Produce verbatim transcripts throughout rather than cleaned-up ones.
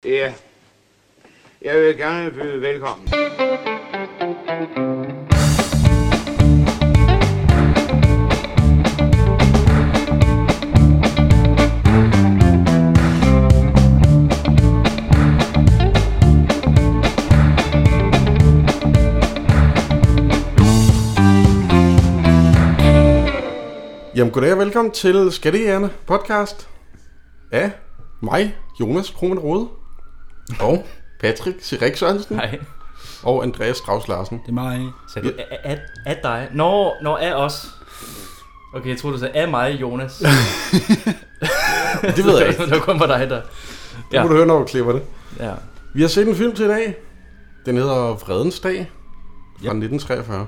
Ja, jeg vil gerne byde velkommen. Jamen goddag og velkommen til Skattejægerne podcast af mig, Jonas Krohmann Rode, og Patrick Sirik Sørensen. Hej. Og Andreas Strauss Larsen. Det er mig. Sagde du af, af dig? Nå, når af os. Okay, jeg troede du sagde af mig, Jonas. Det ved jeg ikke. Det var kun for dig der. Det må du høre, når du klipper det. Ja. Vi har set en film til i dag. Den hedder Vredens Dag fra yep. nitten treogfyrre.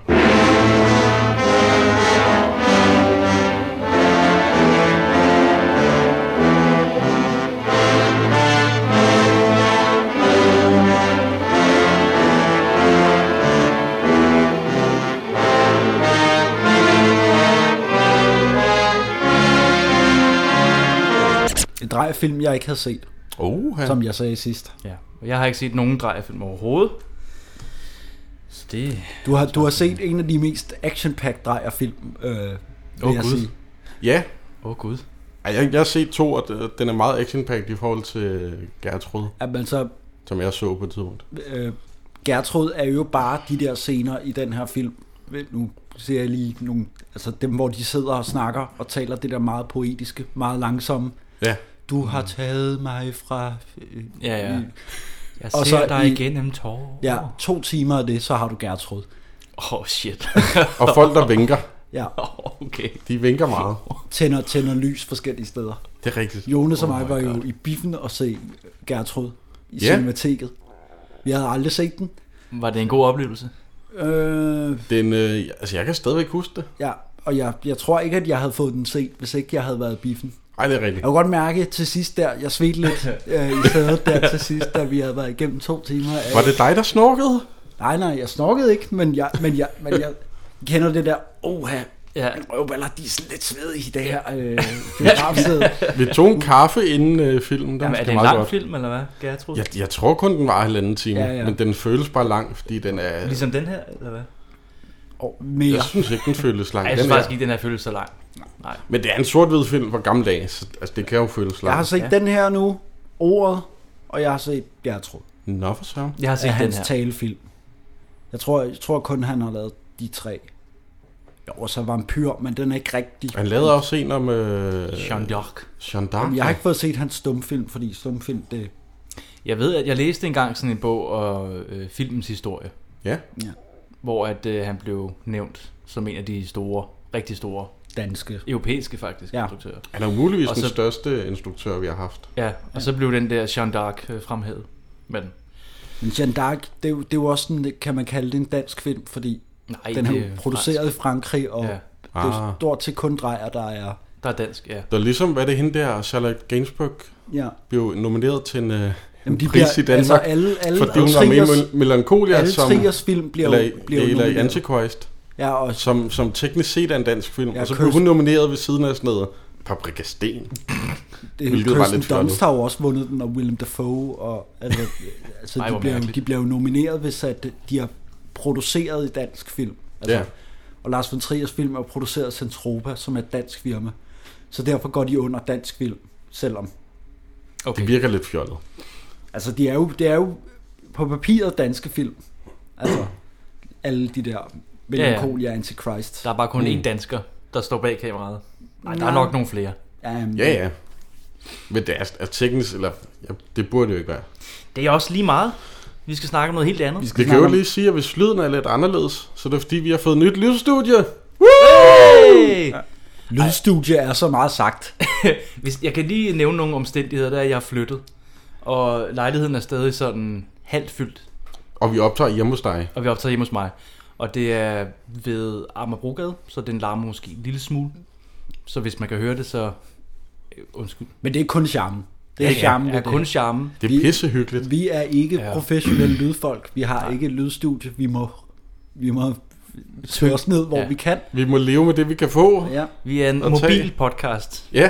En drejefilm, jeg ikke havde set, oh, som jeg sagde sidst. Ja, og jeg har ikke set nogen drejefilm overhovedet. Så det... Du har, du har set en af de mest action-packed drejerfilm, øh, vil oh, jeg Gud. sige. Ja. Åh oh, gud. Jeg, jeg har set to, og den er meget action-packed i forhold til Gertrud, Altså, som jeg så på et tidspunkt. øh, Gertrud er jo bare de der scener i den her film. Nu ser jeg lige nogle, altså dem, hvor de sidder og snakker og taler det der meget poetiske, meget langsomme. Ja. Du har taget mig fra... Øh, Ja, ja. Jeg ser og så dig i- igennem tårer. Ja, to timer af det, så har du Gertrud. Åh, oh, shit. Og folk, der vinker, Ja, Okay. de vinker meget. tænder, tænder lys forskellige steder. Det er rigtigt. Jonas og Oh mig my var jo God. i biffen og se Gertrud i Ja. Cinemateket. Vi havde aldrig set den. Var det en god oplevelse? Øh, Den, øh, altså jeg kan stadigvæk huske det. ja, og jeg, jeg tror ikke, at jeg havde fået den set, hvis ikke jeg havde været i biffen. Ej, det er rigtigt. Jeg kunne godt mærke til sidst der, jeg svedte lidt øh, i stedet der til sidst, da vi havde været igennem to timer. Af, Var det dig, der snorkede? Nej, nej, jeg snorkede ikke, men jeg, men jeg, men jeg kender det der, oha, Ja. mine røvballer, de er sådan lidt svedige i det her øh, biografsæde. Vi tog en kaffe inden øh, filmen. Jamen, er det en meget lang godt. film, eller hvad, Gertrud? Jeg, jeg tror kun, den var halvanden time, Ja, ja. men den føles bare lang, fordi den er... Ligesom den her, eller hvad? Og mere. Jeg synes ikke, den føles lang. Ej, jeg Den synes er, faktisk ikke, den her føles så lang. Nej. men det er en sort-hvid film fra gamle dage, så altså, det kan jo føles Jeg har lang. set Ja. den her nu, ordet, og jeg har set Gertrud. Nå for så. Jeg har Af set den hans her. talefilm. Jeg tror, jeg tror kun, han har lavet de tre. Jo, og så Vampyr, men den er ikke rigtig. Han lavede også en om... Øh, Jean d'Arc. Jean d'Arc. Jamen, jeg har ikke fået set hans stumfilm, fordi stumfilm, det... Jeg ved, at jeg læste engang sådan en bog og øh, filmens historie, Ja. Ja, hvor at øh, han blev nævnt som en af de store, rigtig store, danske. europæiske faktisk, Ja. instruktører. Han er muligvis Og den så- største instruktør, vi har haft. Ja, og så blev den der Jean d'Arc øh, fremhævet. Men Men Jeanne d'Arc, det er, jo, det er jo også sådan, kan man kalde det en dansk film, fordi nej, den er det jo produceret i Frankrig, og Ja. det er jo Ah. stort til kun drejer, der er... Der er dansk, ja. Det var ligesom, hvad det hende der, Charlotte Gainsbourg, Ja. blev nomineret til en, øh, Jamen, de en bliver, pris i Danmark, altså alle, alle, fordi hun var med Triers, i Melancholia, alle som, Triers film bliver, eller, jo- bliver jo eller i nomineret. Antichrist, Ja, og som, som teknisk set er en dansk film, Ja, og så Kirsten- blev hun nomineret ved siden af sådan noget Paprika Sten. det, hvilket var Kirsten lidt fjollet. Dunst har jo også vundet den, og Willem Dafoe, og altså, altså Ej, de, hvor bliver, jo- mærkeligt. de bliver jo nomineret, hvis at de har produceret i dansk film. Altså, Ja. Og Lars von Triers film er jo produceret af Centropa, som er et dansk firma. Så derfor går de under dansk film, selvom. Okay. Det virker lidt fjollet. Altså, de er jo, det er jo på papiret danske film. Altså, alle de der Melancholia, Antichrist. Der er bare kun Mm. én dansker, der står bag kameraet. Nej, der er Nej. nok nogle flere. Um, Ja, ja. Men det er, er teknisk, eller ja, det burde det jo ikke være. Det er også lige meget. Vi skal snakke om noget helt andet. Vi skal Vi kan snakke jo om- lige sige, at hvis lyden er lidt anderledes, så er det fordi, vi har fået et nyt lydstudie. Hey! Lydstudie er så meget sagt. Hvis, jeg kan lige nævne nogle omstændigheder, der er, at jeg har flyttet. Og lejligheden er stadig sådan halvt fyldt. Og vi optager hjemme hos dig. Og vi optager hjemme hos mig. Og det er ved Amagerbrogade, så den larmer måske en lille smule. Så hvis man kan høre det, så... øh, Undskyld. Men det er kun charmen. Det er charmen. er ved det. kun charmen. Det Vi- er pissehyggeligt. Vi er ikke Ja. professionelle lydfolk. Vi har ikke et lydstudie. Vi må, vi må tør os ned, hvor Ja. vi kan. Vi må leve med det, vi kan få. Ja. Vi er en Og tage- mobil podcast. Ja.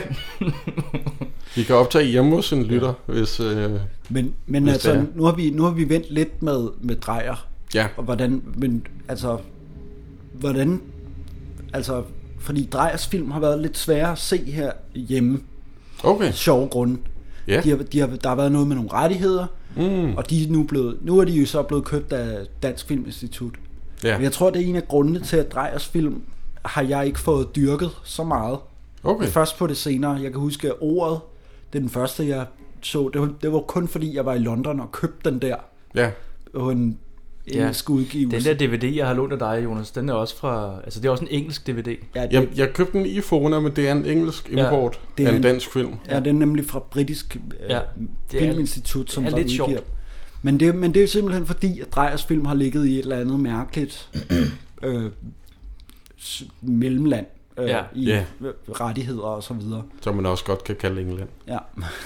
Vi kan optage hjemme hos en lytter, hvis... Øh, Men, men Hvis altså, det er. nu har vi nu har vi vendt lidt med med Dreyer, ja. og hvordan, men altså, hvordan, altså, fordi Dreyers film har været lidt svære at se her hjemme, Okay. sjove grunde. Ja. De har, de har, der har været noget med nogle rettigheder, Mm. og de er nu blevet, nu er de jo så blevet købt af Dansk Filminstitut. Ja. Men jeg tror, det er en af grundene til, at Dreyers film har jeg ikke fået dyrket så meget. Okay. Det er først på det senere. Jeg kan huske, at ordet, det er den første, jeg så. Det var, det var kun fordi, jeg var i London og købte den der Ja. på en engelsk Den udgivelse. der D V D, jeg har lånt af dig, Jonas, den er også fra... Altså, det er også en engelsk D V D. Ja, det, Jeg, jeg købte den i Fona, men det er en engelsk import det er af en en- dansk film. ja, det er nemlig fra Britisk Ja, ja, det er- Filminstitut, som det er der lidt sjovt. udgiver. Men det, men det er simpelthen fordi, at Dreyers film har ligget i et eller andet mærkeligt øh, s- mellemland øh, Ja. i Ja. rettigheder og så videre. Som man også godt kan kalde England. Ja.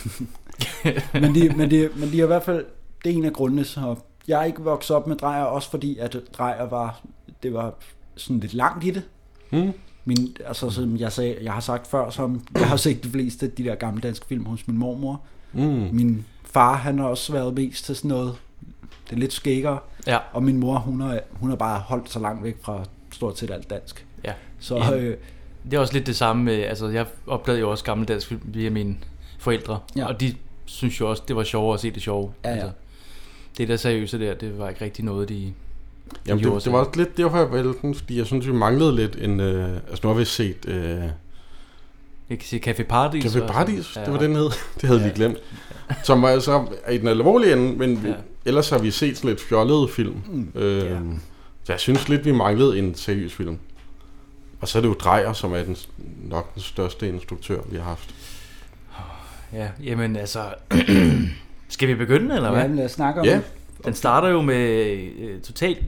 men, de, men, de, men de er i hvert fald, det er en af grundene, så jeg er ikke vokset op med Dreyer, også fordi at Dreyer var, det var sådan lidt langt i det. Mm. Min, altså som jeg sagde, jeg har sagt før, som jeg har set de fleste af de der gamle danske film hos min mormor. Mm. Min far, han har også været mest til sådan noget, det er lidt skækkere. Ja. Og min mor, hun har, hun har bare holdt så langt væk fra stort set alt dansk. Ja. Så Ja. øh, Det er også lidt det samme med, altså jeg opdagede jo også gammeldansk film via mine forældre, Ja. ja. og de synes jo også, det var sjovere at se det sjove. Ja, ja. Altså, det der seriøse der, det var ikke rigtig noget, de... Jamen, gjorde det, så. det var også lidt derfor, jeg valgte den, fordi jeg synes, vi manglede lidt en... Øh, altså, nu har vi set... Øh, Jeg kan sige Café Paradis. Café og Paradis, sådan. det var den hed. Det havde vi glemt. Som var altså i den alvorlige ende, men vi, Ja. ellers har vi set sådan lidt fjollede film. Mm. Øh, Ja. Så jeg synes lidt, vi manglede en seriøs film. Og så er det jo Dreyer, som er den, nok den største instruktør, vi har haft. Ja, jamen altså... Skal vi begynde, eller hvad? ja, lad os snakke om Ja. det. Den starter jo med øh, totalt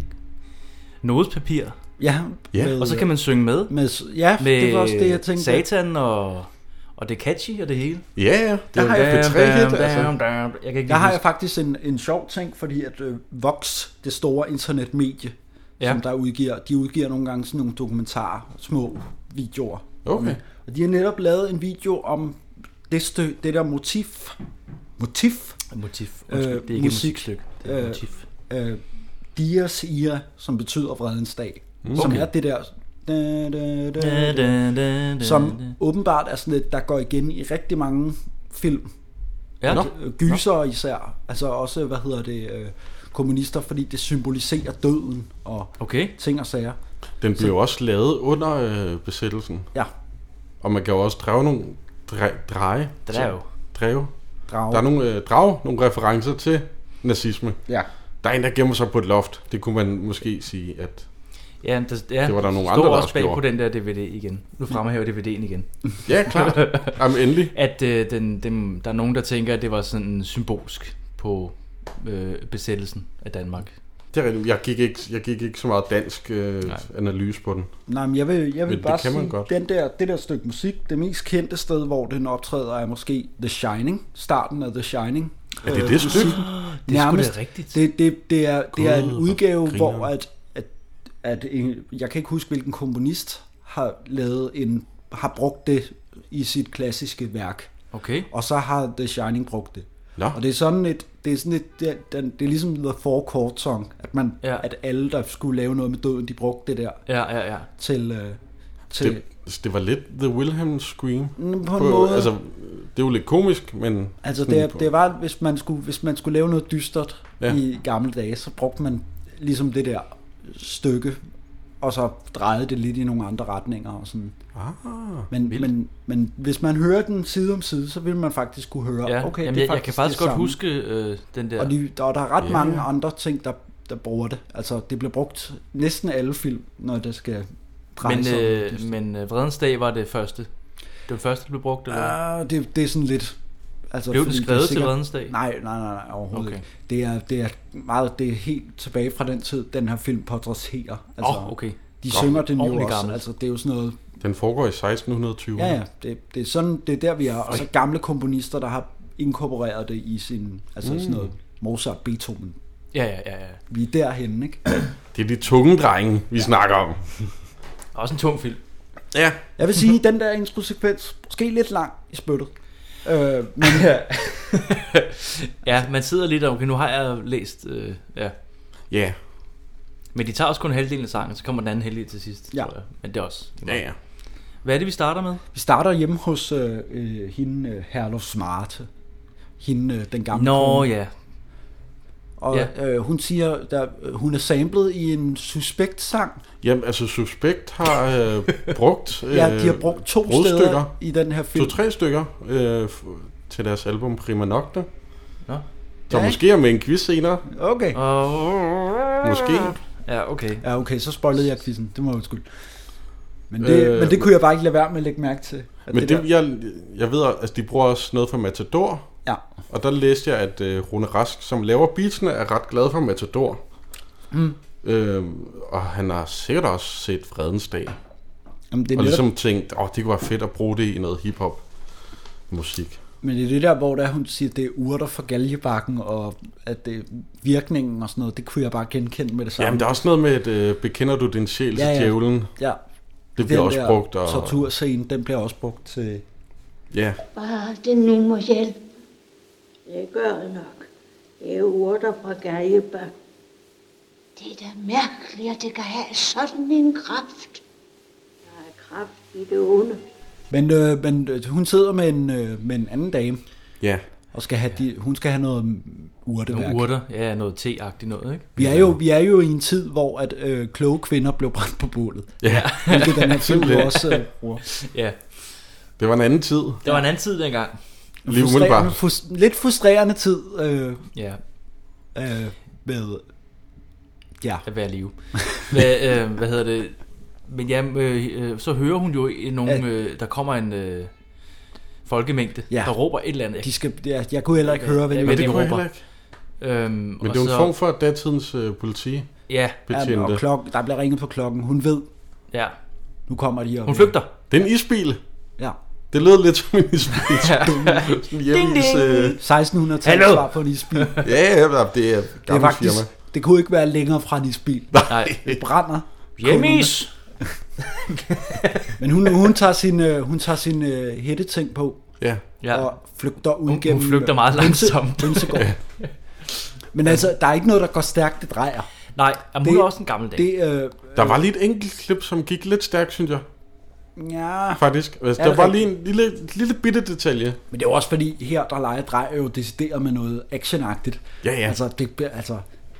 notespapir, Ja, Ja. med, og så kan man synge med. med, ja, Med det var også det, jeg tænkte. Satan og, og det catchy og det hele. Ja, ja. Det Der er har jo jeg- et tre hit, altså. Jeg kan ikke Der har jeg huske. faktisk en, en sjov ting, fordi at øh, Vox, det store internetmedie, ja. Ja. som der udgiver, de udgiver nogle gange sådan nogle dokumentarer, små videoer. Okay. Og de har netop lavet en video om det, stø, det der motif, motif, Motif. Undskyld, Øh, det er ikke musik. et musikstykke. Det er et Øh, motif. øh, Dias Ira, som betyder vredens dag, Mm. som Okay. er det der, da, da, da, Da, da, da, da, da, som da. åbenbart er sådan et, der går igen i rigtig mange film. Ja. Nå. Øh, Gyser især, altså også, hvad hedder det, øh, kommunister, fordi det symboliserer døden og Okay. ting og sager. Den blev jo også lavet under øh, besættelsen. Ja, Og man kan jo også drage nogle dre, dreje. Det er jo. Drage. drage. Der er nogle, øh, drage, nogle referencer til nazisme. Ja. Der er en, der gemmer sig på et loft. Det kunne man måske sige, at... Ja, der, ja, Det var der nogle stod andre, der også også bag gjorde. på den der D V D igen. Nu fremhæver D V D'en igen. Ja, klart. Jamen endelig. At øh, den, den, der er nogen, der tænker, at det var sådan symbolsk på øh, besættelsen af Danmark. Det er rigtigt. Jeg gik ikke, jeg gik ikke så meget dansk øh, Nej. analyse på den. Nej, men jeg vil, jeg vil Men det bare kan man sige, godt. den der, det der stykke musik, det mest kendte sted, hvor den optræder, er måske The Shining, starten af The Shining. Er det Øh, det stykke? musikken. Det er sgu Nærmest. da rigtigt. Det, det, det, er, det er en Gud, udgave, hvor hvor grineren. at, at, at en, jeg kan ikke huske, hvilken komponist har lavet en, har brugt det i sit klassiske værk. Okay. Og så har The Shining brugt det. Nå, Og det er sådan et, det er sådan et, det er, den- det er ligesom The Four Chord Song, at man, Ja. at alle, der skulle lave noget med døden, de brugte det der Ja, ja, ja. til, øh, til det, det var lidt The Wilhelm Scream. Mm, på en måde. Altså, det er jo lidt komisk, men... Altså sådan det, på- det var, hvis man skulle, hvis man skulle lave noget dystert Ja. ja. i gamle dage, så brugte man ligesom det der stykke, og så drejede det lidt i nogle andre retninger og sådan. Ah, Men, vildt. men, men hvis man hører den side om side, så vil man faktisk kunne høre, ja. okay, Jamen, det er jeg, jeg kan faktisk faktisk det godt samme. huske øh, den der. Og, de, og der er ret Ja, mange ja. andre ting, der, der bruger det. Altså, det bliver brugt næsten alle film, når det skal dreje men sig om øh, dystert. men øh, Vredens Dag var det første. Det var det første, der blev brugt, eller hvad? Ah, det, det er sådan lidt... Altså, Blev fordi det er skrevet til sikkert- Vredens Dag? Nej, nej, nej, nej overhovedet Okay. okay. ikke. Det er, det er meget, det er helt tilbage fra den tid, den her film portrætterer. Altså, Åh, oh, okay. de Nå, synger den jo ordentligt også. gammelt. Altså, det er jo sådan noget... den foregår i seksten tyve. Ja, ja, det, det er sådan, det er der, vi er. Og så gamle komponister, der har inkorporeret det i sin... Altså Mm. sådan noget Mozart, Beethoven, Ja, ja, ja, ja. Vi er derhenne, ikke? Det er de tunge drenge, vi ja. snakker om. Også en tung film. Ja. Jeg vil sige, den der introsekvens, måske lidt lang i spyttet. Øh, men ja, man sidder lidt og, okay, nu har jeg læst, øh, ja. Ja. Men de tager også kun halvdelen af sangen, så kommer den anden halvdel til sidst. Ja. Men det er også. Ja, ja. Hvad er det, vi starter med? Vi starter hjemme hos øh, øh, hende, øh, Herluf Smarte. Hende, øh, den gamle Nå, kone. ja. Og ja. øh, hun siger, der, hun er samlet i en Suspekt-sang. Jamen, altså Suspekt har øh, brugt... Øh, ja, de har brugt to steder i den her film. To-tre stykker øh, til deres album Prima Nocte. Nå. Så ja, måske er med en quiz senere. Okay. Oh. Måske. Ja, okay. Ja, okay, så spoilede jeg quizzen. Det må jeg undskylde. Men det, øh, men det kunne jeg bare ikke lade være med at lægge mærke til. Men det, det jeg, jeg ved, at altså, de bruger også noget fra Matador. Ja. Og der læste jeg, at øh, Rune Rask, som laver beatsene, er ret glad for Matador. Mm. Øh, og han har sikkert også set Fredens Dag. Jamen, det er og netop... ligesom tænkt, åh, det kunne være fedt at bruge det i noget hiphop musik. Men det er det der, hvor der, hun siger, at det er urter fra galjebakken, og at det virkningen og sådan noget, det kunne jeg bare genkende med det samme. Jamen, der er også noget med, at øh, bekender du din sjæl til ja, ja. djævlen? Ja. Det bliver den også brugt. Og... torturscene, den bliver også brugt til... Ja. Bare det nu må hjælpe. Det gør det nok. Det er urter fra galjebakken. Det er da mærkeligt, at det kan have sådan en kraft. Der er kraft i det onde. Men, øh, men hun sidder med en, øh, med en anden dame. Ja. Og skal have de, hun skal have noget urteværk. Nogle urter, ja, noget te-agtigt noget, ikke? Vi er jo, vi er jo i en tid, hvor at øh, kloge kvinder blev brændt på bålet. Ja. Hvilket den her film jo også øh, bruger. Ja. Det var en anden tid. Det var en anden tid dengang. Lige umiddelbart. Frus, lidt frustrerende tid. Øh, ja. Øh, med... Ja. At være live. hvad, øh, hvad hedder det? Men ja, øh, så hører hun jo nogle, ja. øh, der kommer en øh, folkemængde, ja. der råber et eller andet. De skal, ja, jeg kunne heller ikke høre, hvad, ja, hvad de de råber. Øhm, Men det er jo en så, form for datidens øh, politi. Ja. ja og klok, der bliver ringet på klokken. Hun ved, ja. nu kommer de. Hun flygter. Det er en isbil. Ja. Det lød lidt som en isbil. ding, ding. Øh... sekstenhundrede-tallet svar på en isbil. ja, ja, det er det er faktisk, firma. Det kunne ikke være længere fra en isbil. Nej. Det brænder. Hjemmis! Men hun, hun tager sin, uh, hun tager sin uh, hætteting på. Ja. ja. Og flygter ud hun, gennem... Hun flygter meget langsomt. Ja. Men altså, der er ikke noget, der går stærkt, det drejer. Nej, hun det, er også en gammel dag. Det, uh, der var lige et enkelt klip, som gik lidt stærkt, synes jeg. Ja. Faktisk. Altså, der var lige en lille, lille bitte detalje. Men det er også fordi, her der leger drejer jo decideret med noget actionagtigt. Ja, ja. Altså, det, altså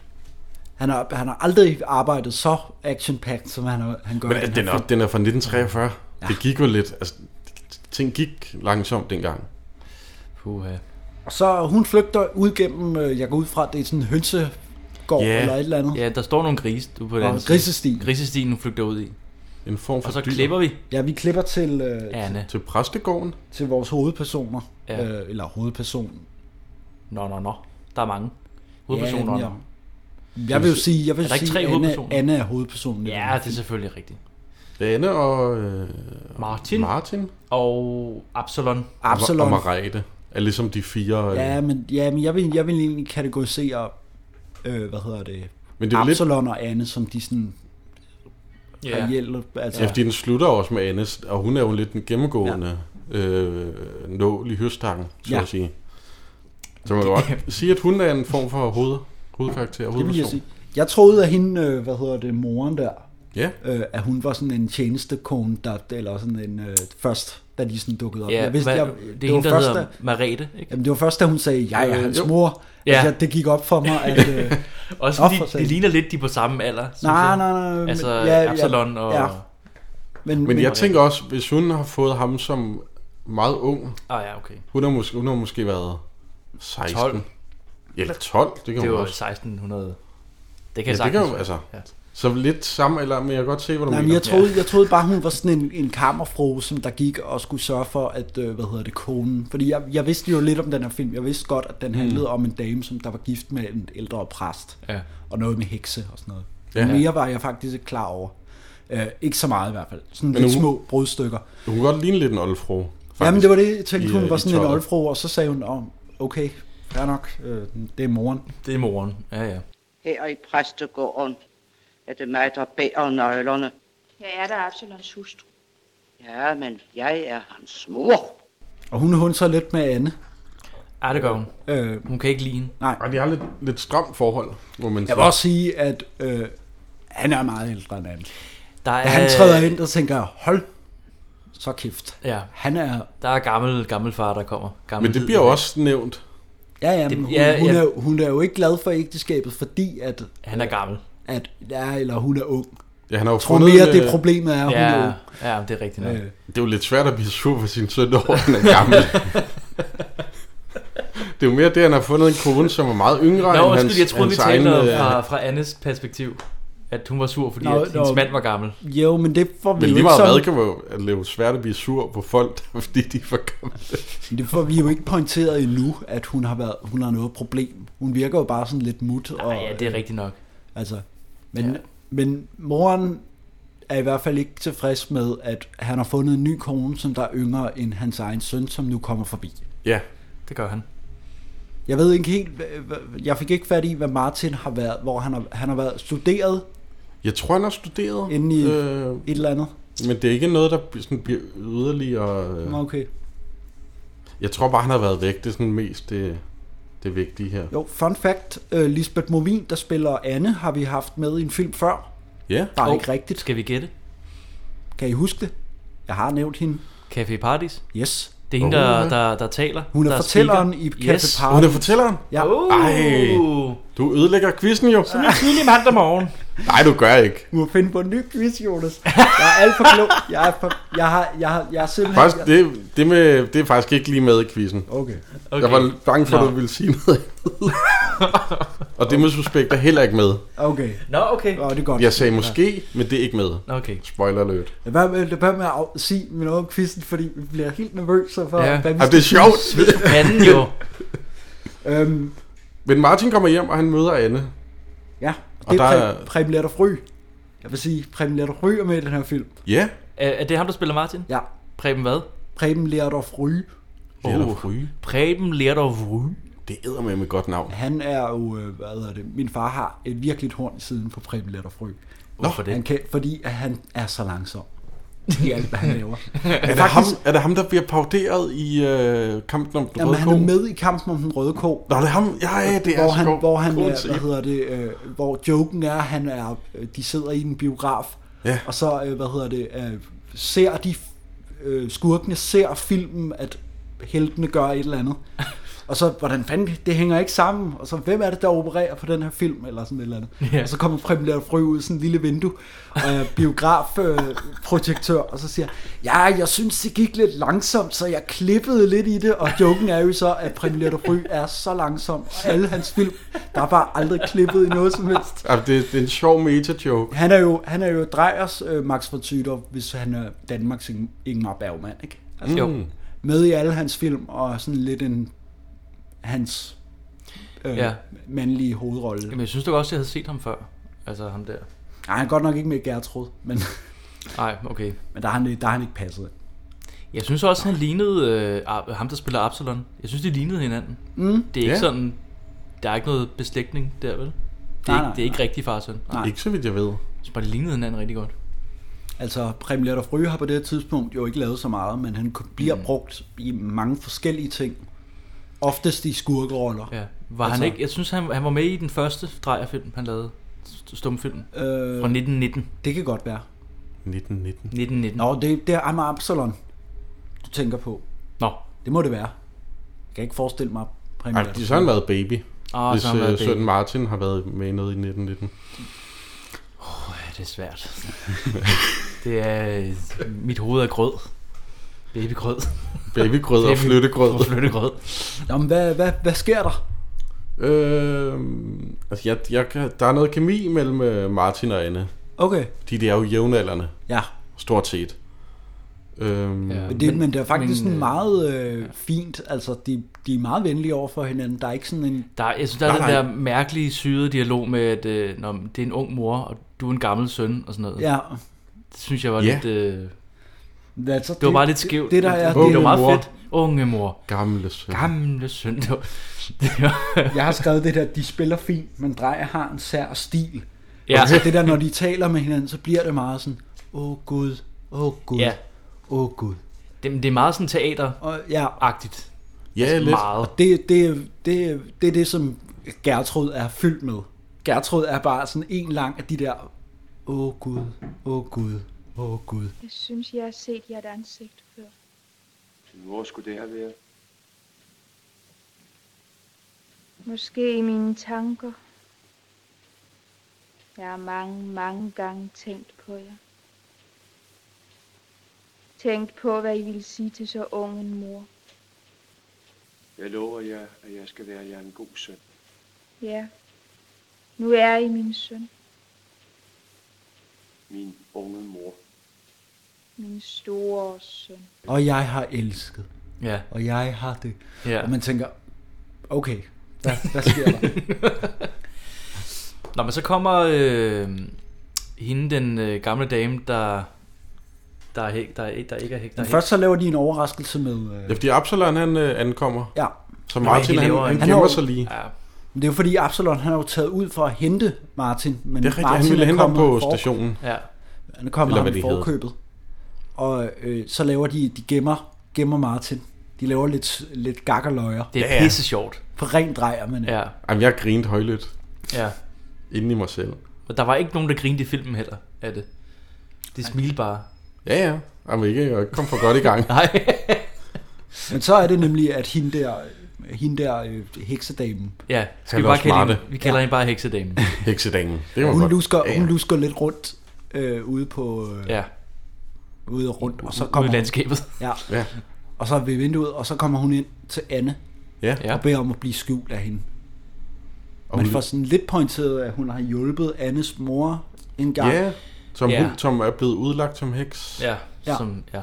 han, har, han har aldrig arbejdet så action-packed, som han, har, han gør. Men den, den, er, den er fra nitten treogfyrre. Ja. Det gik jo lidt. Altså, ting gik langsomt dengang. Puha. Og så hun flygter ud gennem, jeg går ud fra, det er sådan en hønsegård ja. eller et eller andet. Ja, der står nogle grise du på den. Grisestien. Grisestien, hun flygter ud i. En form for og så dyr. klipper vi. Ja, vi klipper til, øh, Anne. til præstegården. Til vores hovedpersoner. Ja. Øh, eller hovedperson. Nå, nå, nå. Der er mange hovedpersoner. Ja, ja. Jeg vil jo sige, jeg vil er sige Anne, Anne er hovedpersonen. Ja, det er selvfølgelig rigtigt. Anne og øh, Martin. Martin. Og Absalon. Absalon. Og Marete er ligesom de fire. Øh... Ja, men, ja, men jeg, vil, jeg vil egentlig kategorisere, øh, hvad hedder det, men det er Absalon lidt... og Anne som de sådan... Yeah. Reelle, altså. Ja, fordi den slutter også med Anne, og hun er jo lidt en gennemgående ja. øh, nål i høstakken, så ja. at sige. Så man kan godt sige, at hun er en form for hoved, hovedkarakter. Det vil jeg sige. Jeg troede, at hende, øh, hvad hedder det, moren der, ja. øh, at hun var sådan en tjenestekone, der, eller sådan en, øh, først, da de sådan dukkede op. Ja, jeg vidste, hvad, jeg, det, det er hende, der først, hedder Marete, ikke? Jamen, det var først, da hun sagde, jeg er hans øh, mor. Ja. Altså, det gik op for mig, at... Øh, også fordi det ligner lidt, de er på samme alder. Nej, nej, nej. Altså ja, Absalon og... Ja. Men, men, men jeg tænker også, hvis hun har fået ham som meget ung... Ah ja, okay. Hun har måske, hun har måske været seksten. tolv. Eller tolv, det kan det hun var også. seksten hundrede. Det kan ja, sagtens. Det kan jo, altså. Ja. Så lidt samme, eller, men jeg kan godt se, hvad du Nej, mener. Jeg troede, jeg troede bare, hun var sådan en, en kammerfrue, som der gik og skulle sørge for, at, øh, hvad hedder det, konen. Fordi jeg, jeg vidste jo lidt om den her film. Jeg vidste godt, at den handlede mm. om en dame, som der var gift med en ældre præst. Ja. Og noget med hekse og sådan noget. Ja. Men mere var jeg faktisk ikke klar over. Øh, ikke så meget i hvert fald. Sådan men lidt hun, små brudstykker. Hun kunne godt ligne lidt en oldfrue. Jamen det var det, jeg tænkte, hun var sådan en oldfrue, og så sagde hun, oh, okay, fair nok, øh, det er moren. Det er moren, ja ja. Her i præstegården er det mig, der bærer nøglerne. Jeg er der Absalons hustru. Ja, men jeg er hans mor. Og hun hunser lidt med Anne. Ja, det gør hun. Øh, hun kan ikke lide hende. Nej. Og de har lidt, lidt stramt forhold, må man sige. Jeg vil også sige, at øh, han er meget ældre end Anne. Der er... Da han træder ind, der tænker jeg, hold så kæft. Ja. Han er... Der er gammel, gammel far, der kommer. Gammel Men det bliver jo også nævnt. Ja, ja, men det, hun, ja, hun, ja. er, hun er jo ikke glad for ægteskabet, fordi at... Han er gammel. At, ja, eller hun er ung. Ja, han har jo jeg tror fundet mere, en, det problemet er, at ja, hun er ung. Ja, det er rigtigt nok. Øh. Det er jo lidt svært at blive sur for sin søn, når han er gammel. Det er jo mere det, han har fundet en kone, som er meget yngre Nå, end hans, jeg troede, vi talte egen, fra, fra Annes perspektiv. At hun var sur, fordi Nå, at hendes nå, mand var gammel. Jo, men det får vi men jo lige ikke meget sådan... hvad kan jo, at det er jo svært at blive sur på folk, fordi de er for gamle. Det får vi jo ikke pointeret endnu, at hun har, været, hun har noget problem. Hun virker jo bare sådan lidt mut. Nej, og, ja, det er rigtigt nok. Altså, men, Ja. men moren er i hvert fald ikke tilfreds med, at han har fundet en ny kone, som der er yngre end hans egen søn, som nu kommer forbi. Ja, det gør han. Jeg ved ikke helt, jeg fik ikke fat i, hvad Martin har været, hvor han har, han har været studeret. Jeg tror, han har studeret. Inde i øh, et eller andet. Men det er ikke noget, der sådan bliver yderligere... Øh, okay. Jeg tror bare, han har været væk. Det er sådan mest det, det vigtige her. Jo, fun fact. Uh, Lisbeth Movin, der spiller Anne, har vi haft med i en film før. Ja. Bare Oh, ikke rigtigt. Skal vi gætte? Kan I huske det? Jeg har nævnt hende. Café Paradis? Yes. Det er hende, Oh, der, ja. der, der taler. Hun er der fortælleren speaker. i Café Yes. Paradis. Hun er fortælleren? Ja. Uh. Ej, du ødelægger quizzen jo. Sådan en tidlig mandag morgen. Nej, du gør ikke. Du må finde på en ny quiz, Jonas. Jeg er alt for klog. Jeg er, for, jeg har, jeg har, jeg er simpelthen... Faktisk, det, det, med, det er faktisk ikke lige med i quizzen. Okay. Okay. Jeg var bange for, Nå. at du ville sige noget. Og det med suspekt er heller ikke med. Okay. Nå, okay. Åh, det er godt. Jeg sagde måske, men det er ikke med. Okay. Spoiler alert. Lad være med, lad være med at sige noget om quizzen, fordi vi bliver helt nervøse for, Ja. hvad vi Jamen, det er skal sjovt. Sved på panden jo. Øhm, Men Martin kommer hjem, og han møder Anne. ja, Og det er der er- Præ- Preben Letter Fry. Jeg vil sige, Preben Letter Fry er med i den her film. Ja. Er, er det ham, der spiller Martin? Ja. Preben hvad? Preben Letter Fry. Det er der Oh. fryge. Preben Lerder. Det æder med med godt navn. Han er jo, øh, hvad hedder det, min far har et virkelig horn i siden på Preben Letter Fry. Hvorfor det? Han kan, fordi at han er så langsom i alt, hvad han laver. Er det, ham, er det ham, der bliver pauderet i øh, kampen om den Jamen, røde han ko? er med i kampen om den røde ko. Nå, det er ham. Ja, ja, det er hvor så han, god. hvor han God er, se. hvad hedder det, øh, hvor joken er, han er, øh, de sidder i en biograf, Ja. og så, øh, hvad hedder det, øh, ser de, øh, skurkene ser filmen, at heltene gør et eller andet. Og så, hvordan fanden, det hænger ikke sammen. Og så, hvem er det, der opererer på den her film? Eller sådan et eller andet. Ja. Og så kommer Preben Letter Fry ud i sådan en lille vindue, og er biografprojektør, og så siger ja, jeg synes, det gik lidt langsomt, så jeg klippede lidt i det. Og joken er jo så, at Preben Letter Fry er så langsom, og alle hans film, der er bare aldrig klippet i noget som helst. Ja, det, det er en sjov meta-joke. Han er jo, han er jo Drejers øh, Max von Sydow, hvis han er Danmarks Ing- Ingmar Bergman, ikke? Altså, Jo. Mm. med i alle hans film, og sådan lidt en hans øh, Ja. mandlige hovedrolle. Jamen, jeg synes da også, jeg havde set ham før. Altså ham der. Nej, han er godt nok ikke med i Gertrud, men, Nej, okay. men der, har han, der har han ikke passet. Jeg synes også, han lignede øh, Ab- ham, der spiller Absalon. Jeg synes, de lignede hinanden. Mm. Det er ikke Ja. sådan... Der er ikke noget beslægtning der, vel? Det er, Nej, ikke, nej, det er ikke nej. rigtig far og søn. Nej. Ikke så vidt jeg ved. Jeg synes bare, de lignede hinanden rigtig godt. Altså, Preben Letter Fry har på det her tidspunkt jo ikke lavet så meget, men han bliver mm. brugt i mange forskellige ting. Oftest i skurkeroller. Ja. Var Altså- han ikke... Jeg synes, han, han var med i den første Drejer-film, han lavede. St- Stumfilm. Øh, Fra nitten nitten. det kan godt være. nitten nitten. nitten nitten. Nå, det, det er Amar Absalon, du tænker på. Nå. Det må det være. Jeg kan ikke forestille mig Preben Ej, Letter de Fry. så har han været baby. Ah, Hvis så har han været øh, baby. sønnen Martin har været med i noget i nitten nitten. Åh, ja, det er svært. Det er... Mit hoved er grød. Babygrød. Babygrød og Baby- flyttegrød. Og flyttegrød. Nå, men hvad, hvad, hvad sker der? Øh, altså, jeg, jeg, kan- der er noget kemi mellem øh, Martin og Anne. Okay, De, de er jo jævnaldrende, ja. stort set. Øhm, Ja. ja. Men det, men, men det er faktisk men, sådan øh, meget øh, fint. Altså, de, de er meget venlige over for hinanden. Der er ikke sådan en... Der, er- jeg synes, der er Nej, den nej. der mærkelige, syde dialog med, at øh, når det er en ung mor, og du er en gammel søn, og sådan noget. Ja, Det synes jeg var Ja. lidt... Øh, altså, det var bare lidt skævt. Det, det der er, det, det var Unge meget mor. fedt. Unge mor. Gamle søn. Gamle søn. Jeg har skrevet det der, de spiller fint, men Drejer har en sær stil. Ja. Altså det der, når de taler med hinanden, så bliver det meget sådan, åh gud, åh gud, Ja. åh gud. Det, det er meget sådan teater-agtigt. Og, ja, Ja, altså, lidt. meget. og det, det, det, det er det, som Gertrud er fyldt med. Gertrud er bare sådan en lang af de der, åh gud, åh gud, åh gud. Jeg synes, jeg har set jer et ansigt før. Hvor skulle det have været? Måske i mine tanker. Jeg har mange, mange gange tænkt på jer. Tænkt på, hvad I ville sige til så ung en mor. Jeg lover jer, at jeg skal være jer en god søn. Ja, nu er I min søn. Min unge mor. Min store søn. Og jeg har elsket, Ja. og jeg har det. Ja. Og man tænker, okay, hvad, hvad sker der? Nå, men så kommer øh, hende, den øh, gamle dame, der der er, hæk, der er, der ikke er hæk, der er Først så laver de en overraskelse med... Øh, Ja, fordi Absalon han øh, ankommer. ja, Så Martin, de han, laver han en- Han gemmer har- sig lige. Ja. men det er jo fordi Absalon, han er jo taget ud for at hente Martin. Men Det er rigtigt, Martin han ville er hente ham kommet på for- stationen. Ja. Han er kommet Eller ham hvad i det hedder. forkøbet. Og øh, så laver de, de gemmer, gemmer Martin. De laver lidt, lidt gakkerløjer. Det er Ja, ja. pisse sjovt. På ren drejer, men Ja. Jamen, jeg grinte højlydt Ja. inde i mig selv. Og der var ikke nogen, der grinede i filmen heller af det. De smilte bare. Ja, ja. Jamen, ikke, jeg kom for godt i gang. Nej. Men så er det nemlig, at hende der, hende der øh, heksedamen, Ja, skal vi Han er bare også kalde smarte. hende, vi kalder Ja. hende bare heksedamen. Heksedangen. Det kan man hun godt. lusker, Ja, ja. hun lusker lidt rundt øh, ude på øh, Ja, ude og rundt, og så ude i kommer hun, landskabet. ja, Ja. og så ved vinduet, og så kommer hun ind til Anne Ja. Ja. og beder om at blive skjult af hende. Og Man hun- får sådan lidt pointeret, at hun har hjulpet Annes mor en gang. Ja, som, Ja. hun, som er blevet udlagt som heks. Ja, Ja. som, ja.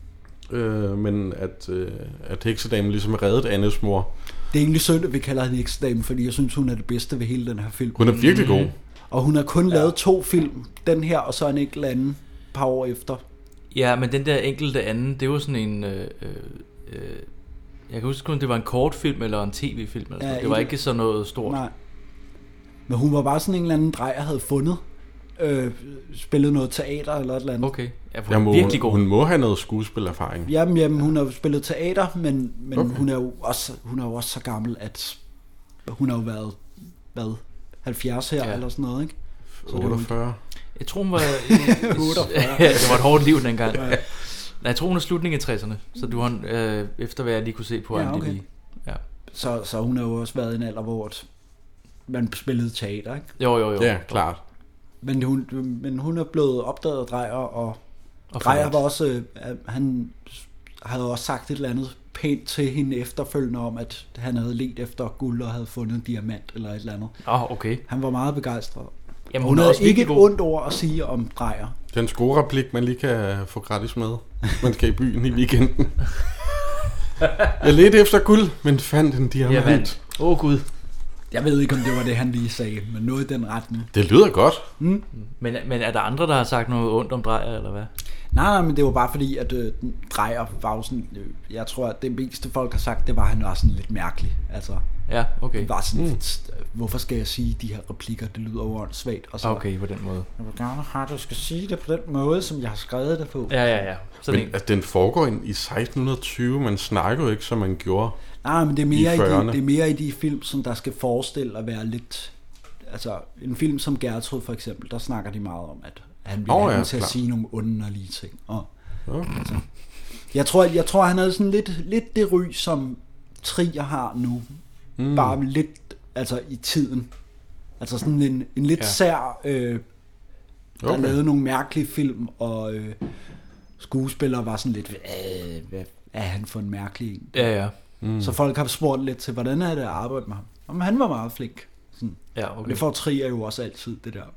Øh, men at, øh, at heksedamen ligesom har reddet Annes mor. Det er egentlig synd, at vi kalder hende heksedame, fordi jeg synes, hun er det bedste ved hele den her film. Hun er virkelig god. Og hun har kun lavet to film, den her og så en enkelt anden par år efter. Ja, men den der enkelte anden, det var sådan en... Øh, øh, øh, jeg kan huske, om det var en kortfilm eller en tv-film. Eller Ja, ja, det var en- ikke sådan noget stort. Nej. Men hun var bare sådan en eller anden drej, jeg havde fundet. Øh, spillet noget teater eller et eller andet. Okay, ja, hun Jeg er må, virkelig god. hun må have noget skuespillerfaring. Jamen, jamen, hun har jo spillet teater, men, men Okay. okay. hun, er jo også, hun er jo også så gammel, at hun har jo været, hvad, halvfjerds her Ja. ja. eller sådan noget, ikke? Så det er jo otteogfyrre. Jeg tror, hun var... otteogfyrre. ja, det var et hårdt liv dengang. Nej, jeg tror, hun er slutningen af tresserne. Så du har, øh, efter hvad jeg lige kunne se på Ja, I M D B. okay. Ja. Så, så hun har jo også været i en alder, hvor at man spillede teater, ikke? Jo, jo, jo. Ja, klart. Men hun, men hun er blevet opdaget af Drejer, og, Og Drejer forladt. var også, øh, han havde også sagt et eller andet pænt til hende efterfølgende om, at han havde let efter guld og havde fundet en diamant eller et eller andet. Åh, oh, okay. Han var meget begejstret. Jamen, Hun hun er havde også ikke virkelig et god. ondt ord at sige om Drejer. Den score-replik, man lige kan få gratis med. Man skal i byen i weekenden. Jeg ledte efter guld, men fandt en Jamen, diamant. åh oh, gud. Jeg ved ikke, om det var det, han lige sagde, men noget i den retning. Det lyder godt. Mm. Men, men er der andre, der har sagt noget ondt om Drejer, eller hvad? Nej, nej, men det var bare fordi, at øh, Drejer var jo sådan, øh, jeg tror, at det meste folk har sagt, det var, at han var sådan lidt mærkelig. Altså, Ja, okay. var sådan, mm. hvorfor skal jeg sige de her replikker, det lyder jo åndssvagt. Og så, Okay, på den måde. jeg vil gerne have, at du skal sige det på den måde, som jeg har skrevet det på. Ja, ja, ja. Sådan Men en. at den foregår ind i seksten tyve, man snakker jo ikke, som man gjorde. Nej, men det er, mere I i, fyrrerne. de, det er mere i de film, som der skal forestille at være lidt... Altså, en film som Gertrud for eksempel, der snakker de meget om, at han vil Åh, oh, ja, ja, til at klart. sige nogle underlige ting. Og, Okay. altså, jeg, tror, jeg tror, han havde sådan lidt, lidt det ry, som Trier har nu. Mm. Bare lidt altså, i tiden. Altså sådan en, en lidt Ja. ja. sær... Øh, der Okay. lavede nogle mærkelige film, og øh, skuespillere var sådan lidt... Øh, hvad er han for en mærkelig en? Ja, ja. Mm. Så folk har spurgt lidt til, hvordan er det at arbejde med ham? Jamen, han var meget flink. Sådan. Ja, Og okay. det får Trier jo også altid, det der.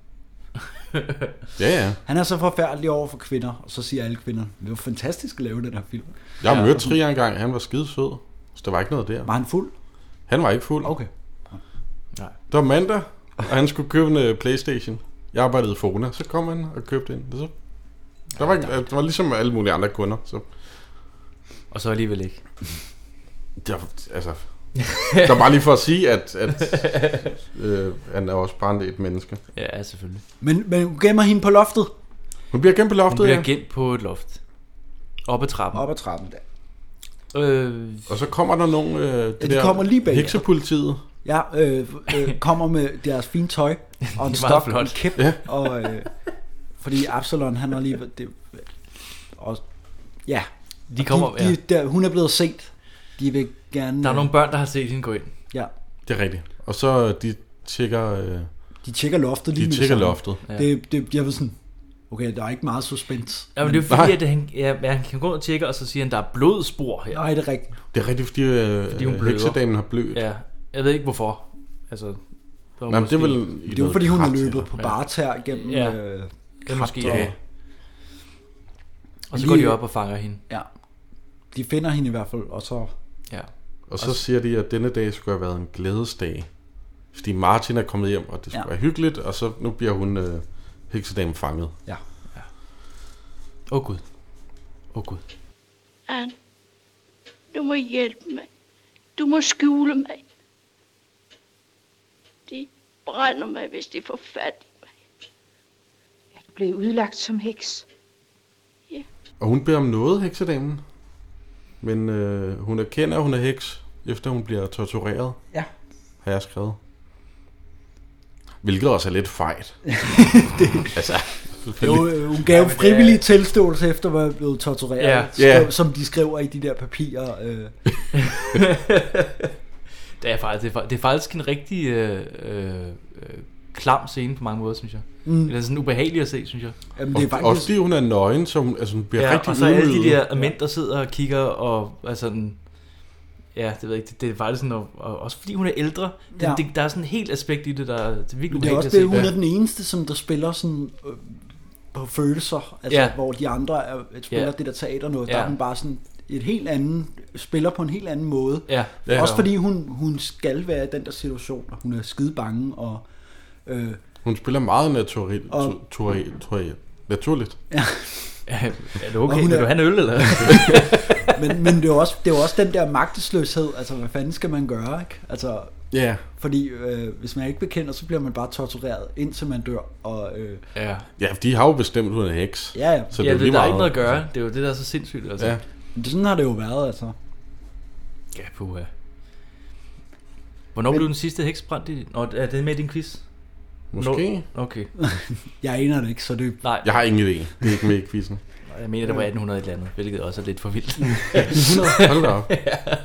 Ja, ja. Han er så forfærdelig over for kvinder, og så siger alle kvinder, det var fantastisk at lave den her film. Jeg har Ja. mødt Trier engang, han var skide sød. Så der var ikke noget der. Var han fuld? Han var ikke fuld. Okay. Det var mandag, og han skulle købe en uh, Playstation. Jeg arbejdede i Fona, så kom han og købte en. Så der var, ikke, der var ligesom alle mulige andre kunder. Så. Og så alligevel ikke. Det er, altså, det er bare lige for at sige, at, at øh, han er også bare et menneske. Ja, selvfølgelig. Men, men hun gemmer hende på loftet. Hun bliver gemt på loftet, Hun bliver ja. gemt på et loft. Op ad trappen. Op ad trappen, der. Øh, Og så kommer der nogle øh, det Ja, de der kommer lige bag. heksepolitiet. Ja, øh, øh, kommer med deres fine tøj og en Det er meget stok og flot. en kæp. Ja. Og, øh, fordi Absalon, han har lige... Det, og, ja, de kommer, de, de, ja. der, hun er blevet set. De vil gerne... Der er nogle børn, der har set hende gå ind. Ja, Det er rigtigt. Og så de tjekker, øh, de tjekker loftet lige de med tjekker det samme. loftet. Ja. Det, det, jeg ved sådan... Okay, der er ikke meget suspense. Ja, men det er jo fordi, at han, ja, han kan gå ud og tjekke, og så siger han, der er blodspor her. Nej, det er rigtigt. Det er rigtigt, fordi, øh, Fordi hun bløder. heksedamen har blødt. Ja, jeg ved ikke hvorfor. Altså, det var Nej, men det er måske- vel... i Det er jo noget fordi, hun er krat, løbet eller- på Ja. bartær gennem... Ja. Øh, Det er måske, kræfter. ja. Og så Lige- går de op og fanger hende. Ja. De finder hende i hvert fald, og så... Ja. Og så siger de, at denne dag skulle have været en glædesdag. Fordi Martin er kommet hjem, og det skulle Ja. være hyggeligt, og så nu bliver hun øh, heksedamen fanget. Ja. Åh oh, Gud. Åh oh, Gud. Anne, du må hjælpe mig. Du må skjule mig. De brænder mig, hvis de får fat i mig. Er du blevet udlagt som heks? Og hun beder om noget, heksedamen. Men øh, hun erkender, at hun er heks, efter hun bliver tortureret. Ja. Har jeg skrevet. Hvilket også er lidt fejt. altså, Jo, øh, hun gav frivillig tilståelse efter at være blevet tortureret, Ja. skrev, Ja. som de skriver i de der papirer. Øh. Det er faktisk, det er, fa- det er faktisk en rigtig øh, øh, øh, klam scene på mange måder, synes jeg. Mm. Det er sådan ubehageligt at se, synes jeg. Jamen, det er og, og faktisk... fordi hun er nøgen, så hun, altså, hun bliver Ja, rigtig og så alle de ydmyget. der mænd, der sidder og kigger og er sådan... Ja, det ved jeg ikke, det, det er faktisk sådan, og, og også fordi hun er ældre, det, Ja. det, der er sådan en helt aspekt i det, der det er virkelig Men det er også ubehageligt det, at hun se. er den eneste, som der spiller sådan øh, på følelser, altså Ja. hvor de andre er, spiller Ja. det der teater noget, Ja. der er hun bare sådan et helt anden, spiller på en helt anden måde. Ja, Ja. Også fordi hun, hun skal være i den der situation, og hun er skide bange, og øh, Hun spiller meget naturligt. Og- Tu- tu- tu- naturligt. ja, er det okay? Og hun Vil er- du have en øl, eller? men, men det er jo også, det er jo også den der magtesløshed, altså hvad fanden skal man gøre, ikke? Altså, Ja. fordi øh, hvis man ikke bekender, så bliver man bare tortureret, indtil man dør, og øh, Ja, Ja, de har jo bestemt, at hun er heks. ja, ja. Så ja er det, lige der er meget- ikke noget at gøre. Det er jo det, der er så sindssygt. Altså. Ja. Men sådan har det jo været, altså. Ja, puha. Hvornår Men- blev den sidste heks brændt i? Nå, er det med i din quiz? Måske. Nå, okay. Jeg aner det ikke, så det Nej, Jeg har ingen idé. Det er ikke med i quizzen. jeg mener, det var atten hundrede et eller andet, hvilket også er lidt for vildt. Hold da op.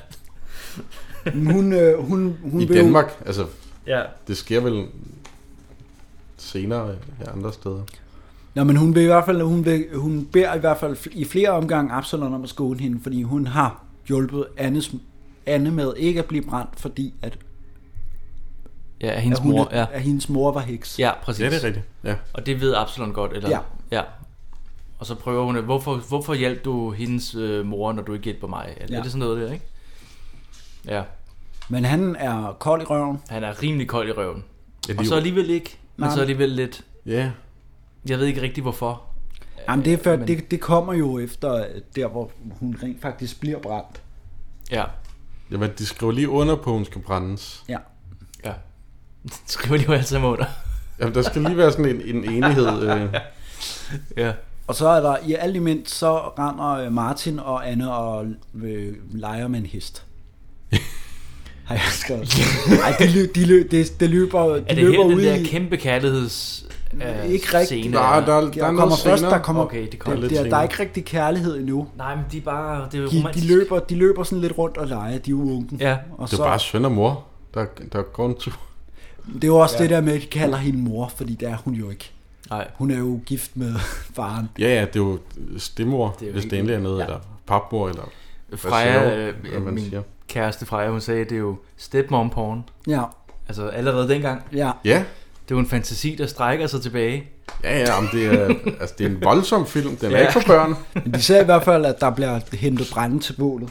hun, øh, hun, hun I vil jo- Danmark, altså, Ja. det sker vel senere ja, andre steder. Nå, men hun vil i hvert fald, hun, vil, hun beder i hvert fald i flere omgange Absalon om at skåne hende, fordi hun har hjulpet Annes, Anne med ikke at blive brændt, fordi at, Ja, er hendes at, hun, mor. Ja. at hendes mor var heks. Ja, præcis. Ja, det er rigtigt. Ja. Og det ved Absalon godt, eller? Ja. Ja. Og så prøver hun, hvorfor, hvorfor hjalp du hendes øh, mor, når du ikke hjælper mig? Er, Ja. er det sådan noget der, ikke? Ja, Men han er kold i røven. han er rimelig kold i røven. Ja, det Og er så jo- alligevel ikke. Men Nej. så alligevel lidt. Ja. Jeg ved ikke rigtig hvorfor. Jamen, det, er før, Men- det, det kommer jo efter der, hvor hun rent faktisk bliver brændt. Ja, Jamen, de skriver lige under på, at hun skal brændes. Ja. ja. Skriver de jo altid under. Jamen, der skal lige være sådan en, en enighed. Øh. Ja. Og så er der, i alt imens, så render øh, Martin og Anne og øh, leger med en hest. Har jeg skrevet. Ej, de, løb, de, løb, de, de løber, de Er det løber her den ud der i... kæmpe kærligheds øh, Ikke rigtigt. scene? Nej, eller? der, der, Der, der er kommer noget først, senere. der kommer... Okay, det der, kommer lidt der, der er senere. ikke rigtig kærlighed endnu. Nej, men de er bare... Det er jo De, de, romantisk. løber, de løber sådan lidt rundt og leger, de er jo unge. Ja. Og Det er så, bare søn og mor, der, der går en tur. det er jo også ja. det der med, at de kalder hende mor, fordi det er hun jo ikke. Nej. Hun er jo gift med faren. Ja, ja, det er jo stemor, Det er jo hvis helt- det endelig er noget, ja. eller papmor, eller Freja, hvad øh, siger, man min siger. kæreste Freja, hun sagde, det er jo stepmom porn. Ja, Altså allerede dengang. ja. Ja, Det er jo en fantasi, der strækker sig tilbage. ja, ja, om det er, altså, det er en voldsom film, den er Ja. ikke for børn. Men de ser i hvert fald, at der bliver hentet brænde til bålet.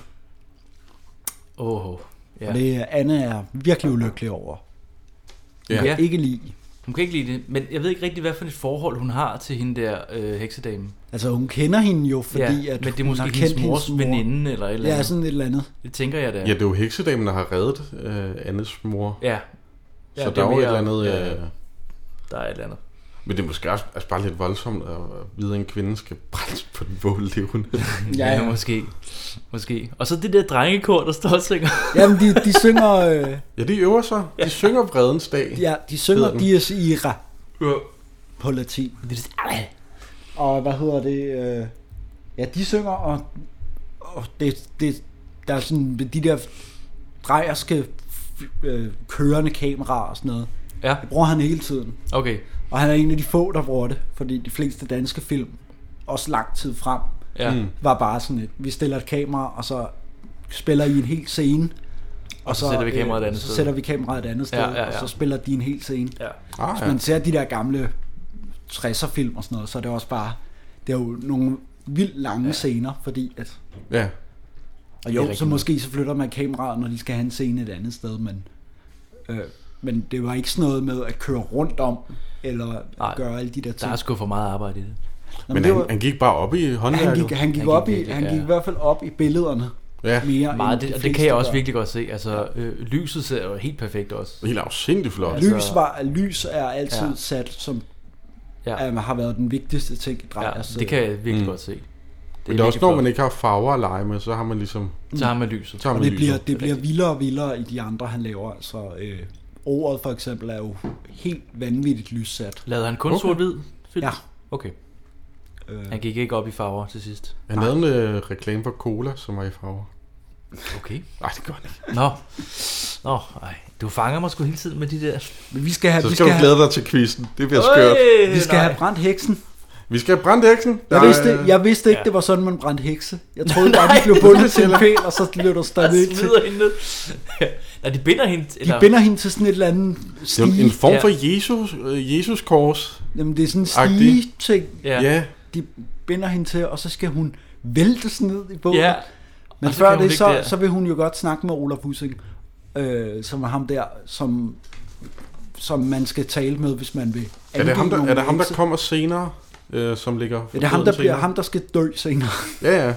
Åh, oh, Ja. ja. Og det er Anne er virkelig ulykkelig over. Ja. Ja. Ikke lige. Hun kan ikke lide det, men jeg ved ikke rigtig, hvad for et forhold hun har til hende der øh, heksedamen. Altså hun kender hende jo, fordi ja, at men det er hun måske har hendes kendt mors hendes mor. veninde eller et eller andet. Ja, sådan et eller andet. Det tænker jeg da. Ja, det er jo heksedamen, der har reddet øh, Annes mor. Ja. Så ja, der er jo et eller andet... Ja, øh, der er et eller andet. Men det er måske også altså bare lidt voldsomt at vide, at en kvinde skal brændes på den bål levende. Ja, ja, måske. Måske. Og så det der drengekor, der står og synger. Jamen, de, de synger... Øh... Ja, de øver sig. De ja. synger Vredens Dag. Ja, de synger Dies Ira. Ja. På latin. Og hvad hedder det? Øh... Ja, de synger, og, og det, det, der er sådan de der drejerske øh, kørende kameraer og sådan noget. Ja. Det bruger han hele tiden. Okay. Og han er en af de få, der bruger det, fordi de fleste danske film, også lang tid frem, ja. var bare sådan et, vi stiller et kamera, og så spiller I en hel scene, og, og så, så sætter vi kameraet et andet så sted. sætter vi kameraet et andet sted, ja, ja, ja. og så spiller de en hel scene. Ja. Ah, Hvis ja. man ser de der gamle tresser film og sådan noget, så er det også bare, det er jo nogle vildt lange ja. scener, fordi at... Ja. Og jo, så måske så flytter man kameraet, når de skal have en scene et andet sted, men... Øh, men det var ikke sådan noget med at køre rundt om, eller Nej, gøre alle de der ting. Der er sgu for meget arbejde i det. Nå, men men han, var, han gik bare op i håndværket. Han gik, han gik, han op gik, i, han gik ja. i hvert fald op i billederne. Ja. Mere meget, det, og det kan jeg også gør. virkelig godt se. Altså, øh, lyset ser jo helt perfekt også. Helt afsindigt flot. Altså, lys, var, lys er altid ja. sat som, ja. um, har været den vigtigste ting i Drejers. Ja, det kan jeg virkelig mm. godt se. Det men det er også, når man ikke har farver at lege med, så har man ligesom... Så har man lyset. Så har man og det, lyset. Bliver, det bliver vildere og vildere i de andre, han laver. Altså, øh, ordet for eksempel er jo helt vanvittigt lyssat. Lavede han kun okay. sort-hvid film? Ja. Okay. Øh. Han gik ikke op i farver til sidst. Han lavede en øh, reklame for cola, som var i farver. Okay. Nej, det gør han ikke. Nå. Nå, ej. Du fanger mig sgu hele tiden med de der... Men vi skal have, så vi skal, skal du glæde dig til quizzen. Det bliver skørt. Vi skal nej. have brændt heksen. Vi skal have brændt heksen. Jeg vidste, jeg vidste ikke, ja. det var sådan, man brændte hekse. Jeg troede bare, de blev bundet til en pæl, og så blev der stadig ikke til. Hende. Nej, de binder hende til... De binder hende til sådan et eller andet stige. Det er en form for ja. Jesus, Jesus kors. Jamen, det er sådan en stige-ting. Ja. ja. De binder hende til, og så skal hun væltes ned i båden. Ja. Men før det, så, så vil hun jo godt snakke med Olaf Hussing, øh, som er ham der, som, som man skal tale med, hvis man vil. Er det ham, der, er det ham, der kommer senere? Øh, som ligger ja, det er ham der, bliver, ham, der skal dø senere. Ja, ja.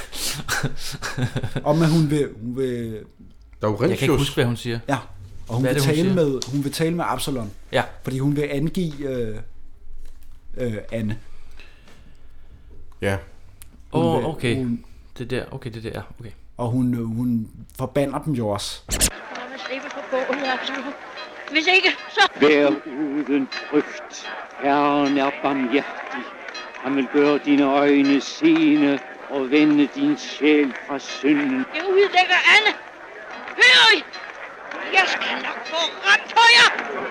Og men hun vil... Hun vil der er jo jeg kan ikke huske, hvad hun siger. Ja, og hun, vil, det, hun, tale med, hun vil tale med Absalon. Ja. Fordi hun vil angive øh, øh, Anne. Ja. Åh, oh, okay. Hun, det der, okay, det der, okay. Og hun, hun forbander dem jo også. Hvis ikke, så... Vær uden frygt. Herren er barmhjertig. Han vil gøre dine øjne seende og vende din sjæl fra synden. Jeg udlægger Anne. Hør I! Jeg skal nok få ret på jer!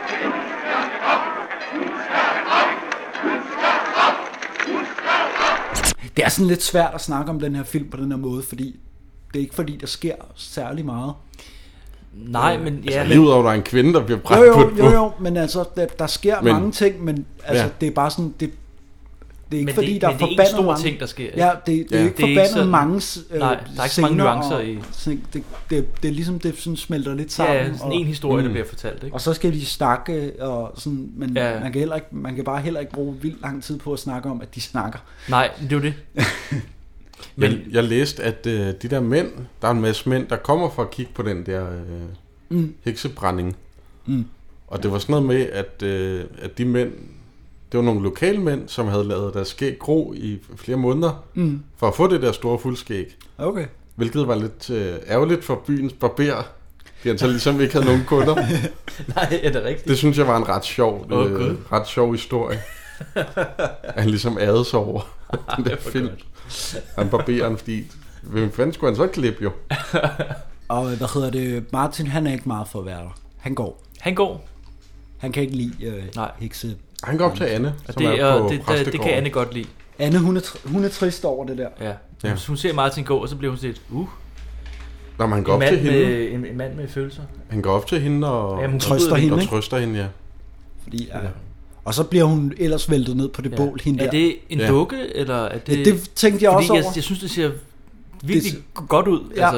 Det er sådan lidt svært at snakke om den her film på den her måde, fordi det er ikke fordi, der sker særlig meget. Nej, men ja. Altså, lige udover, der er en kvinde, der bliver brændt jo, jo, på et jo, jo, men altså, der, der sker men, mange ting, men altså, ja. det er bare sådan, det, det er ikke men fordi, det, der er forbandet mange... store ting, der sker. Ja, det, det ja. er ikke det er forbandet ikke mange øh, nej, der er ikke så mange nuancer i... Det, det, det, det er ligesom, det sådan smelter lidt sammen. Ja, sådan og, en historie, mm. der bliver fortalt, ikke? Og så skal de snakke, og sådan, men ja. man, kan heller ikke, man kan bare heller ikke bruge vildt lang tid på at snakke om, at de snakker. Nej, det er jo det. Men jeg, jeg læste, at øh, de der mænd, der er en masse mænd, der kommer for at kigge på den der øh, mm. heksebrænding. Mm. Og det var sådan noget med, at, øh, at de mænd, det var nogle lokale mænd, som havde lavet deres skæg gro i flere måneder, mm. for at få det der store fuldskæg. Okay. Hvilket var lidt øh, ærgerligt for byens barber, fordi han så ligesom ikke havde nogen kunder. Nej, er det rigtigt? Det synes jeg var en ret sjov, oh, øh, ret sjov historie. At han ligesom ærede sig over den der film. Han barberen, fordi hvem fanden skulle han så klippe jo? Og hvad hedder det? Martin, han er ikke meget for at være der. Han går. Han går. Han kan ikke lide øh, Nej. hekse. Han går op til Anne, som det, er på det, det, det kan Anne godt lide. Anne, hun er, hun er trist over det der. Ja. Ja. Hun ser Martin gå, og så bliver hun set, uh. Nå, men han går op til hende. Med, en, en mand med følelser. Han går op til hende og, ja, trøster hende, og trøster hende, ja. Fordi, ja. Og så bliver hun ellers væltet ned på det ja. bål, hende der. Er det en ja. dukke, eller er det... Ja, det tænkte jeg fordi også over. Jeg, jeg synes, det ser virkelig det, godt ud. Ja. Altså.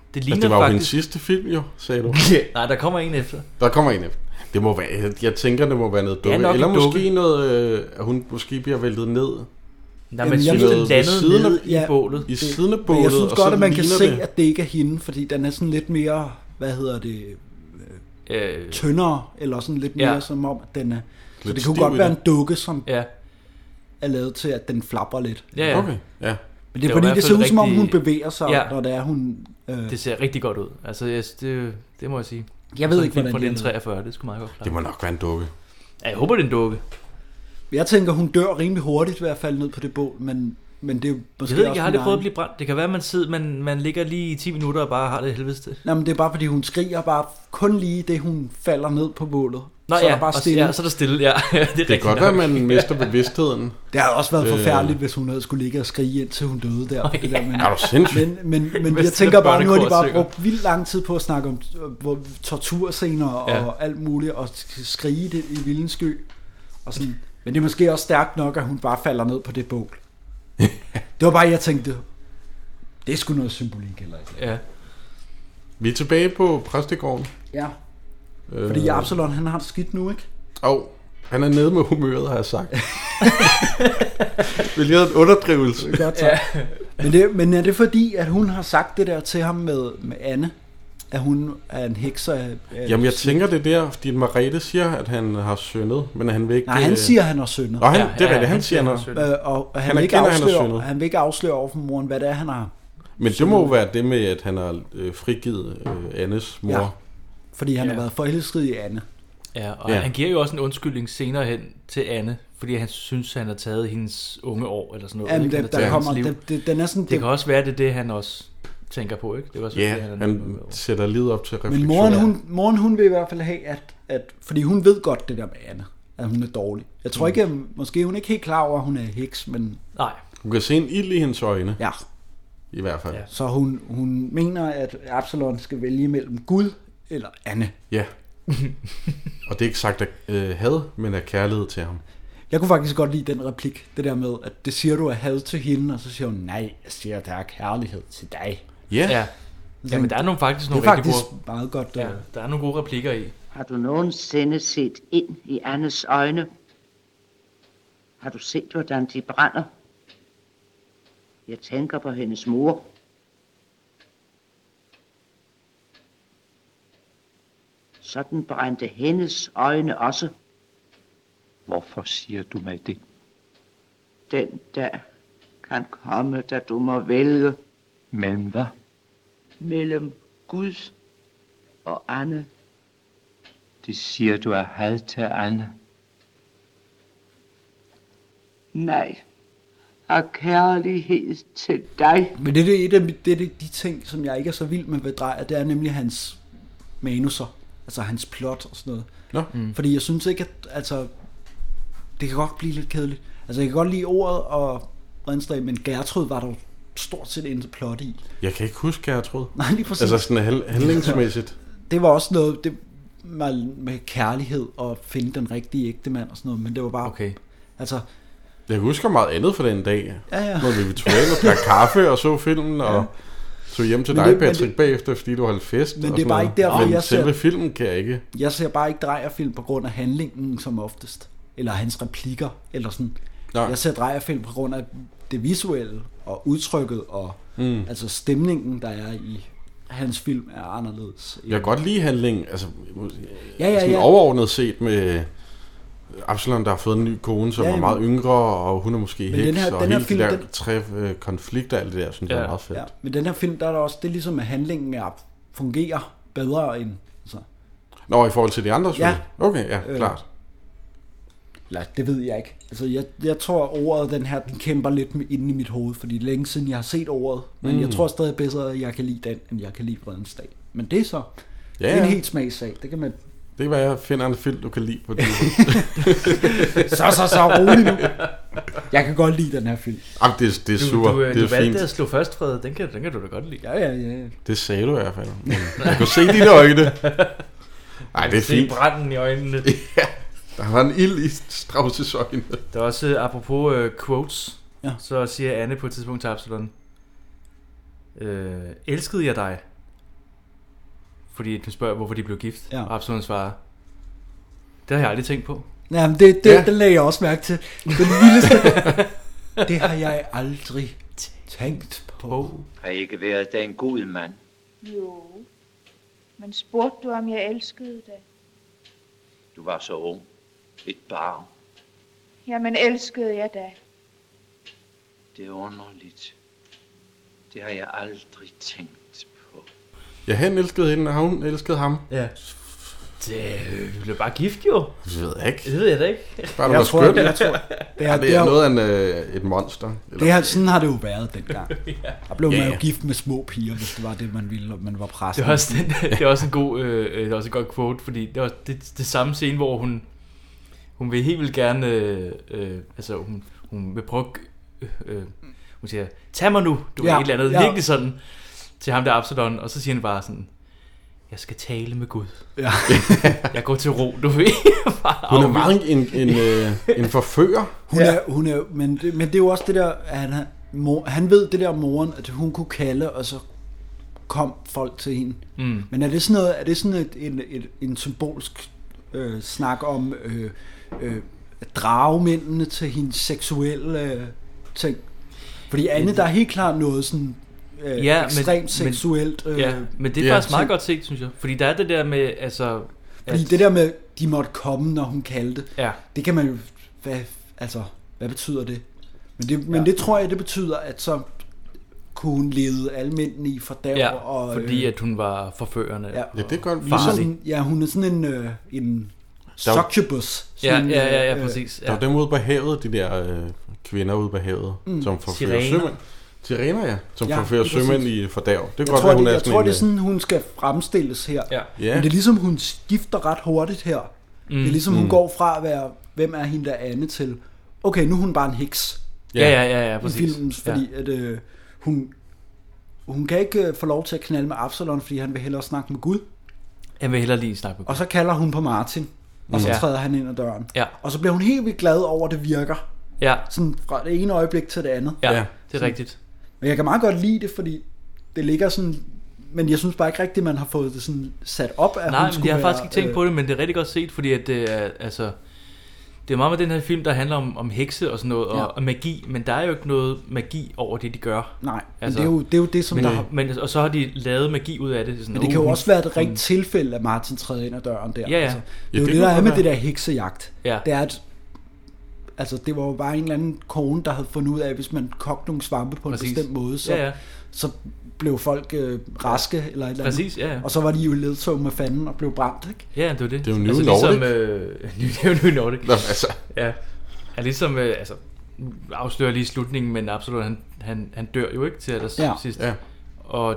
Det ligner altså, det var faktisk... jo hendes sidste film, jo, sagde du. Nej, der kommer en efter. Der kommer en efter. Det må være, jeg tænker, det må være noget dukke. Ja, eller måske dukke. noget, øh, at hun måske bliver væltet ned. Nej, men jeg synes, det landede ned i bålet. I siden af Men bålet. jeg synes godt, at man kan se, det. at det ikke er hende, fordi den er sådan lidt mere, hvad hedder det, øh, tyndere, eller sådan lidt mere ja. som om, at den er... Så Lidt det kunne stiv godt i være det. en dukke, som ja. er lavet til, at den flapper lidt. Ja, ja. Okay, ja. Men det er Det var fordi, i det hvert ser ud fald som om, rigtig- hun bevæger sig, Ja. når det er, hun... Øh, Det ser rigtig godt ud. Altså, jeg, det, det må jeg sige. Jeg ved Så en ikke, film hvordan fra det er nitten treogfyrre, det skulle meget godt klare. Det må nok være en dukke. Ja, jeg håber, det er en dukke. jeg tænker, hun dør rimelig hurtigt ved at falde ned på det bål, men, men det er jo måske Jeg ved ikke, også jeg har min det prøvet at egen- blive brændt. Det kan være, at man, sidder, man, man ligger lige i ti minutter og bare har det helvedes til. Nej, men det er bare, fordi hun skriger bare kun lige det, hun falder ned på bålet. Nå så ja, er der bare og- stille. ja, så er der stille, ja. det er Det kan godt være, at man mister bevidstheden. Det havde også været Øh. forfærdeligt, hvis hun havde skulle ligge og skrige indtil hun døde der. Nå, på det ja. der men, Er du sindssyg? men, men, men Hvis jeg det tænker er bare, nu har de bare børnekorsynger. brugt vildt lang tid på at snakke om øh, hvor- torturscener og Ja. alt muligt, og sk- skrige det i vildens sky. Og sådan. Men det er måske også stærkt nok, at hun bare falder ned på det bål. Det var bare, jeg tænkte, det er sgu noget symbolik eller ikke. Ja. Vi er tilbage på præstegården. Ja, fordi Øh, Absalon, han har det skidt nu, ikke? Og han er nede med humøret, har jeg sagt. Vil jeg have en underdrivelse? Godt så. Ja. Men, det, men er det fordi, at hun har sagt det der til ham med, med Anne? At hun er en heks? af- af- Jamen, jeg tænker det der, fordi Marete siger, at han har syndet, men han vil ikke... Nej, han siger, at han har syndet. Nå, han, Ja, det er ja, rigtigt, han han siger, siger, han han har... har Øh, og han, Han vil ikke erkender, han har afsløre, syndet. han vil ikke afsløre over for moren, hvad det er, han har. Men det må jo være det med, at han har øh, frigivet øh, Annes mor. Ja. Fordi han Ja. har været forelsket i Anne. Ja, og Ja. ja. han giver jo også en undskyldning senere hen til Anne, fordi han synes, han har taget hendes unge år, eller sådan noget. Jamen, ikke? der, Han har der taget kommer, hans liv. det, det, den er sådan, Det det, kan også være, det er det, han også tænker på, ikke? Det var også Ja, det, han, han sætter livet op til men refleksion. moren hun, moren, hun vil i hvert fald have, at, at, fordi hun ved godt det der med Anne, at hun er dårlig. Jeg tror ikke, at, måske hun er ikke helt klar over, at hun er heks, men Nej. Hun kan se en ild i hendes øjne, ja. i hvert fald. Ja. Ja. Så hun, hun mener, at Absalon skal vælge mellem Gud eller Anne. ja. Og det er ikke sagt af øh, had, men af kærlighed til ham. Jeg kunne faktisk godt lide den replik, det der med, at det siger du af had til hende, og så siger hun, nej, jeg siger, at der er kærlighed til dig. Ja, Ja. Ja, men der er nogle, faktisk Det er nogle rigtig faktisk gode... meget godt. Ja, Ja. der er nogle gode replikker i. Har du nogensinde set ind i Annes øjne? Har du set, hvordan de brænder? Jeg tænker på hendes mor. Sådan brændte hendes øjne også. Hvorfor siger du mig det? Den dag kan komme, da du må vælge Mellem hvad? mellem Gud og Anne. Det siger du er had til Anne. Nej, af kærlighed til dig. Men det er det, et af det er det, de ting, som jeg ikke er så vild med ved Dreyer, det er nemlig hans manuser, altså hans plot og sådan noget. Nå. Mm. Fordi jeg synes ikke, at altså, det kan godt blive lidt kedeligt. Altså jeg kan godt lide ordet og Rendsdag, men Gertrud var der jo stort set intet plot i. jeg kan ikke huske Gertrud. Nej, lige præcis. Altså sådan hal- handlingsmæssigt. Det var også noget det var med kærlighed og finde den rigtige ægte mand og sådan noget, men det var bare, Okay. altså, Jeg husker meget andet fra den dag. ja, ja. Når vi tog ind og drak kaffe og så filmen, og tog hjem til Men dig, det- men Patrick, det- bagefter, fordi du holdt fest. Men og det er sådan bare noget. ikke derfor, Men jeg ser- selve filmen kan jeg ikke. Jeg ser bare ikke Dreyer-film på grund af handlingen som oftest, eller hans replikker, eller sådan. Nej. Jeg ser Dreyer-film på grund af det visuelle, og udtrykket, og Mm. altså stemningen, der er i hans film, er anderledes. Jeg kan godt lide handlingen, altså Ja, ja, sådan ja. overordnet set med Absalon, der har fået en ny kone, som Ja, er jamen. meget yngre, og hun er måske Men heks, den her- og den her hele film, det der den- tre øh, konflikter og alt det der, synes jeg Ja. er meget fedt. Ja, men den her film, der er der også, det er ligesom, at handlingen er, fungerer bedre end, altså, Nå, i forhold til de andre, Ja. Okay, ja, Øh. klart. eller det ved jeg ikke. Altså, jeg, jeg tror, ordet, den her, den kæmper lidt med, inde i mit hoved, fordi det er længe siden, jeg har set ordet, men Mm. jeg tror stadig bedre, at jeg kan lide den, end jeg kan lide Fredens Dag. Men det er så, Ja, det er en ja. helt smagssag, det kan man. Det kan være, at jeg finder en film, du kan lide på det. Så, så, så, rolig nu. Jeg kan godt lide den her film. Jamen, det, det er Du, super, du, øh, det du er valgte fint. at slå først, Fred. Den kan, den kan du da godt lide. Ja, ja, ja. Det sagde du i hvert fald. Men jeg kunne se dine øjne. Ej, det er Se fint. branden i øjnene. Ja, der var en ild i Strauss' øjne. Der er også, øh, apropos øh, quotes, Ja. så siger Anne på et tidspunkt til Absalon, øh, elskede jeg dig? fordi hun spørger, hvorfor de blev gift. Ja. Og Absalon svarer, det har jeg aldrig tænkt på. Jamen, det, det, Ja. den lagde jeg også mærke til. Den vildeste... det har jeg aldrig tænkt på. Har ikke været da en god mand. Jo, men spurgte du, om jeg elskede dig? Du var så ung. Et barn. Jamen, elskede jeg dig? Det er underligt. Det har jeg aldrig tænkt på. Ja, han elskede hende, og hun elskede ham. Ja. Det, vi blev bare gift jo. Det ved jeg ikke. Det ved jeg da ikke. Bare du Jeg var tror, skøn. jeg tror, det Ja, er, det det er er, noget af en, øh, et monster. Eller? det er, sådan har det jo været dengang. Der blev man Ja, jo ja. gift med små piger, hvis det var det, man ville, og man var præst. Det er også, den, det er også en god, øh, det er også en god quote, fordi det er det, det samme scene, hvor hun, hun vil helt vildt gerne, øh, øh, altså hun, hun vil prøve, øh, øh, hun siger, tag mig nu, du er Ja, et eller andet, ja. virkelig sådan, til ham der Absalon, og så siger han bare sådan, jeg skal tale med Gud. Ja. Jeg går til ro, du ved. Hun er meget en, en, øh, en forfører. Hun er, hun er, men, det, men det er jo også det der, at han, er- mor, han ved det der om moren, at hun kunne kalde, og så kom folk til hende. Mm. Men er det sådan noget, er det sådan et, en, et, en symbolsk øh, snak om øh, øh, at drage mændene til hendes seksuelle øh, ting? Fordi Anne, der er helt klart noget sådan øh, Ja, men- ekstremt men- seksuelt. Øh, Ja, men det er Ja. faktisk meget godt set, synes jeg. Fordi der er det der med, altså... Fordi at- det der med, de måtte komme, når hun kaldte, Ja. det kan man jo, hvad, altså, hvad betyder det? Men, det, men Ja. det tror jeg, det betyder, at så kunne hun lede alle mændene i fordav. Ja, og, fordi øh, at hun var forførende. ja, Ja, det er godt. ligesom, ja, hun er sådan en, øh, en Der er jo- succubus. Ja, Sådan en, ja, ja, ja, øh, præcis. Der Ja. er dem ude på havet, de der øh, kvinder ude på havet, mm. som forfører Sirener. sømænd. Sirener, ja. Som Ja, forfører lige præcis. sømænd i fordav. Det er Jeg godt, tror, at hun det, er jeg sådan tror en... det er sådan, hun skal fremstilles her. Ja. Ja. Men det er ligesom, hun skifter ret hurtigt her. Mm. Det er ligesom, hun Mm. går fra at være, hvem er hende der Anne, til, okay, nu er hun bare en heks. Ja, ja, ja, ja, I præcis. filmen, fordi at, øh, hun, hun kan ikke øh, få lov til at knalde med Absalon, fordi han vil hellere snakke med Gud. Jeg vil hellere lige snakke med Gud. Og så kalder hun på Martin, og så Ja. træder han ind ad døren. Ja. Og så bliver hun helt vildt glad over, at det virker. Ja, Sådan fra det ene øjeblik til det andet. ja, Ja. det er rigtigt. Men jeg kan meget godt lide det, fordi det ligger sådan... Men jeg synes bare ikke rigtigt, man har fået det sådan sat op, at Nej, hun men skulle jeg har være, faktisk ikke tænkt øh, på det, men det er rigtig godt set, fordi at det er, altså... Det er meget med den her film, der handler om, om hekse og sådan noget, og, Ja. og magi, men der er jo ikke noget magi over det, de gør. Nej, men Altså, det, er jo, det er jo det, som Men, der har... men, og så har de lavet magi ud af det. Sådan, Men det oh, kan jo hun- også være et hun- rigtigt tilfælde, at Martin træder ind ad døren der. Ja, ja. Altså, det Ja, er jo det det, der kunne er med være. det der heksejagt. Ja. Det er, at altså, det var jo bare en eller anden kone, der havde fundet ud af, at hvis man kogte nogle svampe på Præcis. en bestemt måde, så, Ja, ja. så blev folk øh, raske eller et eller andet. Præcis, ja, ja. Og så var de jo i ledtog med fanden og blev brændt, ikke? Ja, det er det. Det er jo New altså, Nordic. ligesom, øh, det er jo New Nordic. Nå, altså, Ja. Ja, ligesom, øh, altså, nu afslører jeg lige slutningen, men absolut, han, han, han dør jo ikke til allersidst. Ja. sidst. ja. Og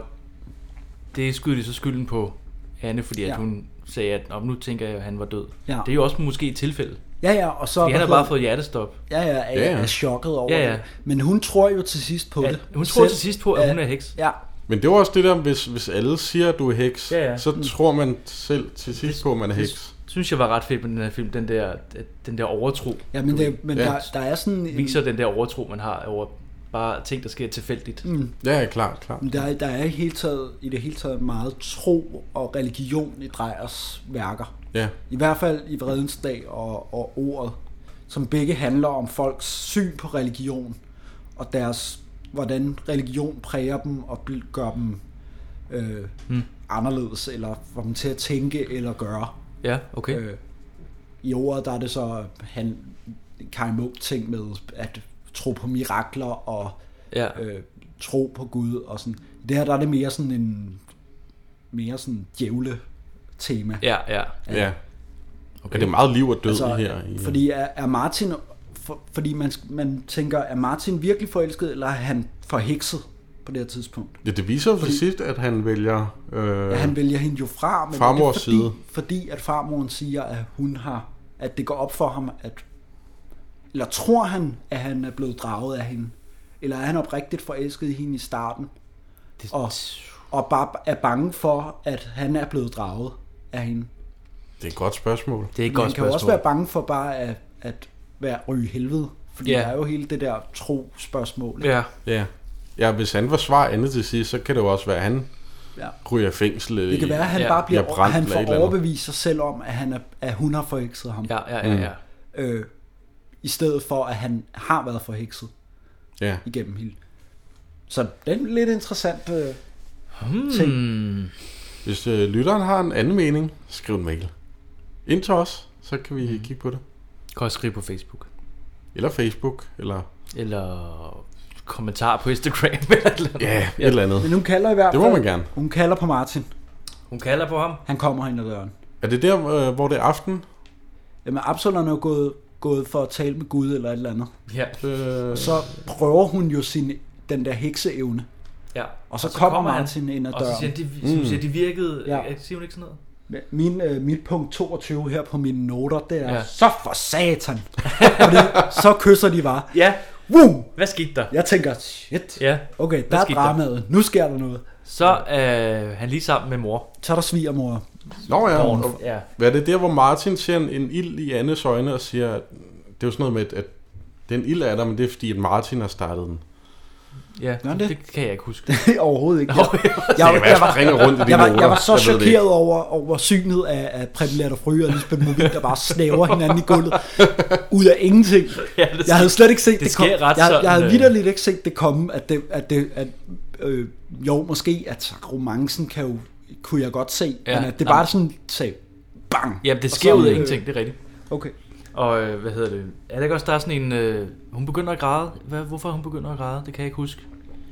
det skyder de så skylden på Anne, fordi at Ja. hun sagde, at "Nå, nu tænker jeg, at han var død. Ja. Det er jo også måske et tilfælde. Ja, ja, og så... Fordi han hvad har bare hedder- fået hjertestop. Ja, ja, er, Ja, ja. er chokket over Ja, ja. det. Men hun tror jo til sidst på Ja, det. hun tror Selv. til sidst på, at Ja. hun er heks. Ja, Men det var også det der, hvis, hvis alle siger, at du er heks, Ja, ja. så tror man selv til sidst på, at man er heks. Synes jeg var ret fedt med den her film, den der, den der overtro. ja men, det, men Ja. der, der er sådan... En, Viser den der overtro, man har over bare ting, der sker tilfældigt. Mm. Ja, ja, klart, klart. Men Der, er- der er i, hele taget, i det hele taget meget tro og religion i Dreyers værker. Ja, I hvert fald i Vredens Dag og, og Ordet, som begge handler om folks syn på religion, og deres, hvordan religion præger dem og bl- gør dem øh, Hmm. anderledes, eller får dem til at tænke eller gøre. Ja, okay. Øh, I Ordet, der er det så han, Kai Munk ting med at tro på mirakler og Ja. øh, tro på Gud og sådan. I det her, der er det mere sådan en mere sådan djævle tema. Ja, ja. ja. Okay. Ja, det er meget liv og død Altså, her. I, fordi er, er Martin, for, fordi man, man tænker, er Martin virkelig forelsket, eller er han forhekset på det her tidspunkt? ja, det viser jo til fordi- sidst, at han vælger... Øh, Ja, han vælger hende jo fra, men farmors det er fordi, side. fordi at farmoren siger, at hun har, at det går op for ham, at eller tror han, at han er blevet draget af hende, eller er han oprigtigt forelsket i hende i starten, Det, og, og bare er bange for, at han er blevet draget af hende. Det er et godt spørgsmål. det er et Men godt han kan jo spørgsmål. også være bange for bare at, at være ryge helvede, fordi Ja. der er jo hele det der tro-spørgsmål. Ja, Ja. Ja, hvis han forsvarer andet til sidst, så kan det jo også være, at han Ja. ryger i fængsel. Det kan være, at han Ja. bare bliver, bliver brændt han eller et får eller andet. overbevist sig selv om, at, han er, at hun har forhekset ham. Ja, ja, ja, ja. Øh, I stedet for, at han har været forhekset Ja. igennem hele. Så det er en lidt interessant øh, ting. Hmm. Hvis øh, lytteren har en anden mening, skriv en mail ind til os, så kan vi kigge på det. Kan også skrive på Facebook. Eller Facebook, eller Eller kommentar på Instagram eller et eller andet. ja, et eller andet. Men hun kalder i hvert Det fald... må man gerne. Hun kalder på Martin. Hun kalder på ham. Han kommer ind ad døren. Er det der, øh, hvor det er aften? Jamen, Absalon er jo gået, gået for at tale med Gud eller et eller andet. Ja. Øh, Så prøver hun jo sin, den der hekseevne. Ja. Og så, og så kommer, kommer han, Martin ind ad og så døren. siger han, de, mm. siger, de virkede... Ja. Ja. Siger hun ikke sådan noget? Min, øh, mit punkt toogtyve her på mine noter, det er, Ja. så for satan. Fordi så kysser de bare. Ja. Boom! Hvad skete der? Jeg tænker, shit. Ja. Okay, Hvad der er skete der? dramaet. Nu sker der noget. Så er han lige sammen med mor. Så er der svigermor. Nå ja, Porn. og, Ja. hvad er det der, hvor Martin ser en, en ild i Annes øjne og siger, at det er jo sådan noget med, at, at den ild er der, men det er fordi, at Martin har startet den. Ja, Gør det? det? det kan jeg ikke huske. Overhovedet ikke. Nå, Jeg, ja. jeg, jeg, jeg, var, ringer rundt i de jeg, var, noter. jeg var så Jeg ved det chokeret ikke. over, over synet af, af Preben Latter Fry og Lisbeth Movin, der bare snæver hinanden i gulvet ud af ingenting. Ja, det Jeg havde slet ikke set det det, sker komme. ret Jeg, sådan, jeg havde øh. vitterligt ikke set det komme, at det, at det, at, øh, jo, måske, at romancen kan jo, kunne jeg godt se, Ja, men at det nej. bare sådan sagde, bang. Jamen, det Og sker så, ud af øh, ingenting, det er rigtigt. Okay. Og øh, hvad hedder det? Er det ikke også, der er sådan en... Øh, hun begynder at græde. Hvad, hvorfor hun begynder at græde? Det kan jeg ikke huske.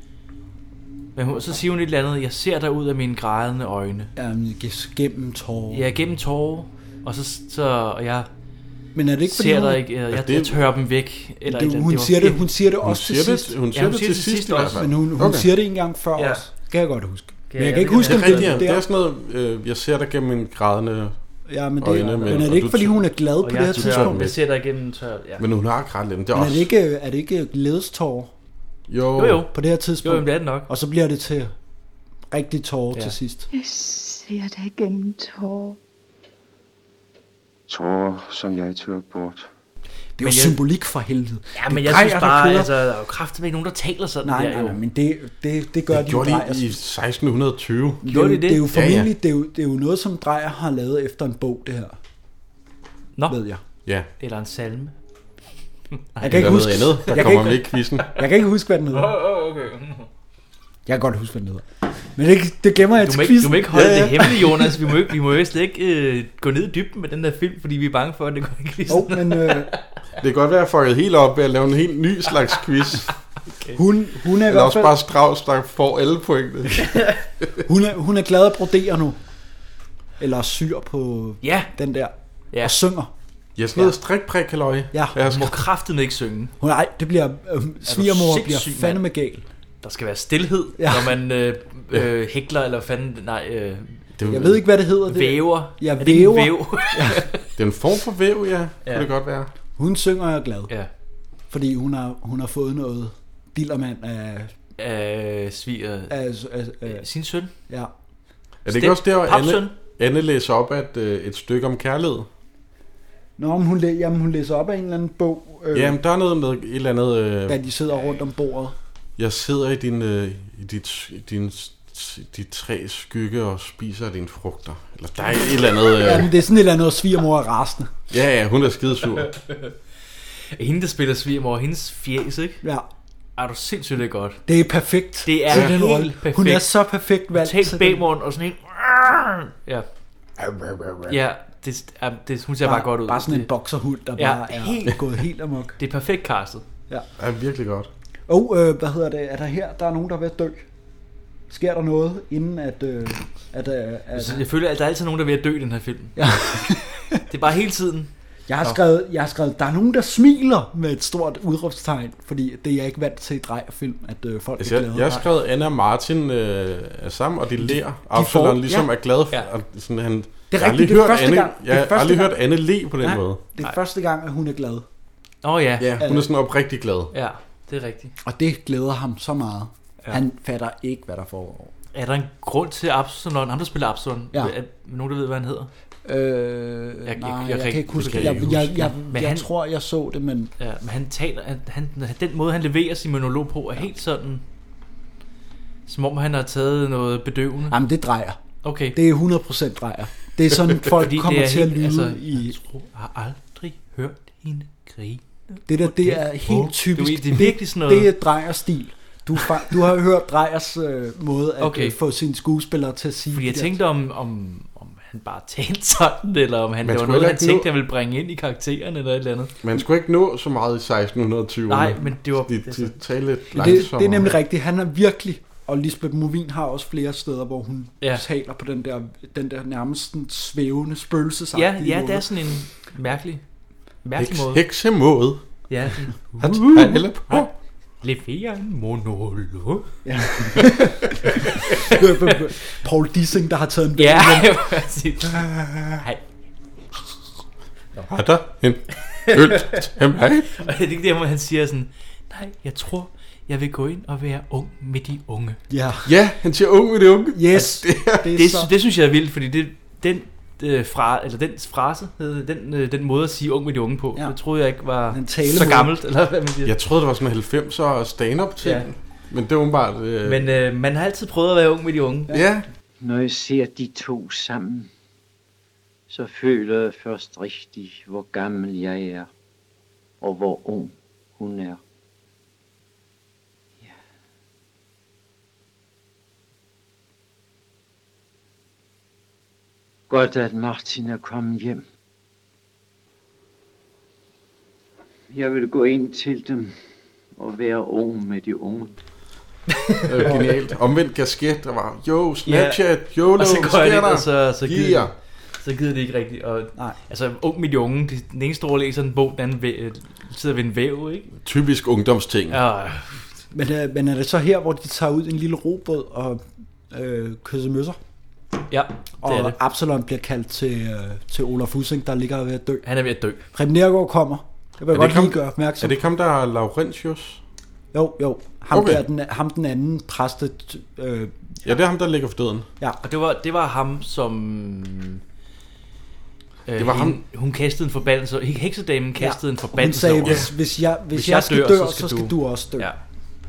Men hun, så siger hun et eller andet. Jeg ser dig ud af mine grædende øjne. Jamen, gennem tårer. Ja, gennem tårer. Og så... så og jeg Men er det ikke fordi, ser hun, dig ikke... Jeg, jeg, det- jeg tørrer dem væk. Eller et eller det, andet. hun, Det var siger det, helt- hun siger det Hun også til siger det, sidst. hun siger det til sidst i hvert fald. Men hun, hun Okay. siger det en gang før Ja. også. Kan jeg godt huske. Men Ja, jeg ja, kan ikke det huske, Det om er det rigtigt, er ja. Det er der. sådan noget, øh, jeg ser dig gennem en grædende Ja, men det, øjne, men, men- men er og det ikke, du- fordi hun er glad Og på det jeg her tør tidspunkt? dem. Jeg ser dig igennem tør... Ja. Men hun har grædt lidt. Det er Men er også... det ikke, er det ikke glædestårer Jo, Jo, jo. på det her Jo, tidspunkt? jamen, det er det nok. Og så bliver det til rigtig tårer Ja. til sidst. Jeg ser dig gennem tårer. Tårer, som jeg tør bort. Det er jo Men jeg- symbolik for helvede. Ja, men Det jeg drejer, synes der bare, kører. altså, der er jo kraftigt ikke nogen, der taler sådan Nej, der, nej, jo. nej, men det, det, det gør det de gjorde Dreyer. de i seksten tyve. Det er Gjorde jo- de det? Det er jo Ja, ja. formentlig, det, er jo, det er jo noget, som Dreyer har lavet efter en bog, det her, Nå, ved jeg. Ja, eller en salme. Jeg kan eller ikke noget huske, andet. Der jeg kan kommer ikke- med i quizzen. jeg kan ikke huske, hvad den hedder. Åh, oh, okay. Jeg kan godt huske, hvad den hedder. Men det, det gemmer jeg Du til må, ikke, quizzen. du må ikke holde Ja, ja. det hemmeligt, Jonas. Vi må, ikke, vi må jo slet ikke øh, gå ned i dybden med den der film, fordi vi er bange for, at det går ikke lige Jo, men øh, Det kan godt være, at jeg fucket helt op ved at lave en helt ny slags quiz. hun, hun, er i Eller hvert også fald, bare Strauss, der får alle pointene. hun, er, hun er glad at brodere nu. Eller syr på Ja, den der. ja. Og synger. Ja, sådan noget strikprik, halløj. Ja. Jeg Du må skal... kraftigt ikke synge. Hun, nej, det bliver... Øh, svigermor bliver sindssyg, fandme mand? gal. Der skal være stillhed, Ja. ja. når man øh, øh, hækler, eller fanden, nej, øh, Det, Jeg ved ikke, hvad det hedder. Det. væver. Ja, Er det ikke en væver. væv? det er en form for væv, ja. Ja. Kunne det godt være. Hun synger og er glad. Ja, Fordi hun har, hun har fået noget dillermand af... af sviger. af, af, af Sin søn. ja. Er det ikke også der, hvor Papsøn. Anne, Anne læser op at, øh, et stykke om kærlighed? Nå, men hun, læ- jamen, hun læser op af en eller anden bog, øh, Jamen, der er noget med et eller andet... Øh, da de sidder rundt om bordet. jeg sidder i din, øh, i dit, din, dit træ skygge og spiser dine frugter. Eller der er et eller andet... Øh, Jamen, det er sådan et eller andet, svigermor er rasende. ja, ja, hun er skidesur. Hende, der spiller svigermor, hendes fjes, ikke? Ja, Er du sindssygt det er godt. det er perfekt. Det er til den helt rolle. perfekt. Hun er så perfekt valgt Tag til den. bagmunden og sådan en... Ja, ja det, ja, det, hun ser bare, bare godt ud. Bare sådan en det, bokserhund, der Ja, bare er helt- gået helt amok. det er perfekt castet. Det er virkelig godt. Og øh, hvad hedder det? Er der her, der er nogen, der er ved at dø? Sker der noget, inden at... Øh, at, øh, at Så jeg føler, at der er altid nogen, der er ved at dø i den her film. Ja. Det er bare hele tiden. jeg, har skrevet, jeg har skrevet, der er nogen, der smiler med et stort udråbstegn, fordi det er jeg ikke vant til i Dreyer-film, at øh, folk Altså, er jeg, glade. jeg har skrevet, Anna og Martin øh, er sammen, og de ler. Absalon får- ligesom ja. er glad for... Ja. Og sådan, han, Det er jeg har rigtigt, aldrig det er hørt første Anne, gang- det er Jeg har første aldrig gang. hørt Anne le på den Nej, måde. det er første gang, at hun er glad. Åh oh, ja. Ja, hun er sådan oprigtig glad. Ja, det er rigtigt. Og det glæder ham så meget. Ja. Han fatter ikke, hvad der foregår. Er der en grund til Absalon? Ham, der spiller Absalon. Ja. Er nogen, der ved, hvad han hedder? Øh, jeg- jeg, nej, jeg jeg, jeg kan kan ikke huske det det. kan Jeg, jeg jeg, ikke jeg, Men jeg, jeg han- tror, jeg så det, men... Ja, men han taler... Han, han, den måde, han leverer sin monolog på, er helt sådan... Som om han har taget noget bedøvende. Jamen, det drejer. Okay. Det er hundrede procent drejer. Det er sådan, folk Fordi kommer til helt, at lyde altså, i... Jeg tror, jeg har aldrig hørt hende grine. Det der, det er helt typisk. Det, det er virkelig sådan noget... Det er drejerstil. Du, du har hørt Drejers øh, måde at Okay. øh, få sine skuespillere til at sige... Fordi jeg det tænkte om, om, om han bare talte sådan, eller om han, Man det var skulle noget, heller han ikke tænkte, nå- han ville bringe ind i karakteren, eller et eller andet. Man skulle ikke nå så meget i seksten tyverne. Nej, men det var... De, de talte lidt det, det, langsommere. det er nemlig rigtigt. Han er virkelig... Og Lisbeth Movin har også flere steder, hvor hun Ja. taler på den der, den der nærmest sådan svævende spøgelsesagtige Ja, ja, måde. det er sådan en mærkelig, mærkelig Heks, måde. heksemåde. Ja. Han taler på. Leverer en monolog. Ja. Paul Dissing, der har taget en Ja, væg. præcis. Hej. Har der en øl til mig? Og det er ikke der, hvor han siger sådan, nej, jeg tror, jeg vil gå ind og være ung med de unge. Ja. Ja, han siger ung med de unge. Yes. Det er, Det er Det, så... det synes jeg er vildt, fordi det, den, øh, fra, eller den frase, øh, den, øh, den måde at sige ung med de unge på, Ja. det troede jeg ikke var Den så talemåde. gammelt, eller hvad man siger. jeg troede, det var sådan en halvfemser stand-up ting. Ja. Men det er åbenbart... Øh, Men øh, man har altid prøvet at være ung med de unge. ja. Når jeg ser de to sammen, så føler jeg først rigtigt, hvor gammel jeg er, og hvor ung hun er. Ja. Godt, at Martin er kommet hjem. Jeg vil gå ind til dem og være ung med de unge. Øh, genialt. Omvendt kasket, der var, jo, Snapchat, YOLO, Og så hvad går jeg sker ind, der? og så, så, gider, Yeah. så gider det ikke rigtigt. Og, Nej. altså, ung med de unge, de, den ene store læser en bog, den anden væ, sidder ved en væv, ikke? Typisk ungdomsting. Ja, Men, øh, men er det så her, hvor de tager ud i en lille robåd og øh, kysser møsser? ja det er Og det. Absalon bliver kaldt til, øh, til Olaf Ussing, der ligger ved at dø. Han er ved at dø. Preben Neergaard kommer. Det vil jeg Er det godt lige ham- gøre Er opmærksom. det ikke ham, der er Laurentius? Jo, jo. Ham, Okay. der, den, ham den anden præstet... Øh, Ja, det er ham, der ligger for døden. ja, Og det var, det var ham, som... Øh, Det var hende, ham- Hun kastede en forbandelse. Heksedamen kastede ja. en Hun forbandelse sagde, over. hvis, hvis jeg, hvis, Hvis jeg, jeg skal dør, dø, så så skal skal, du- du også dø. Ja.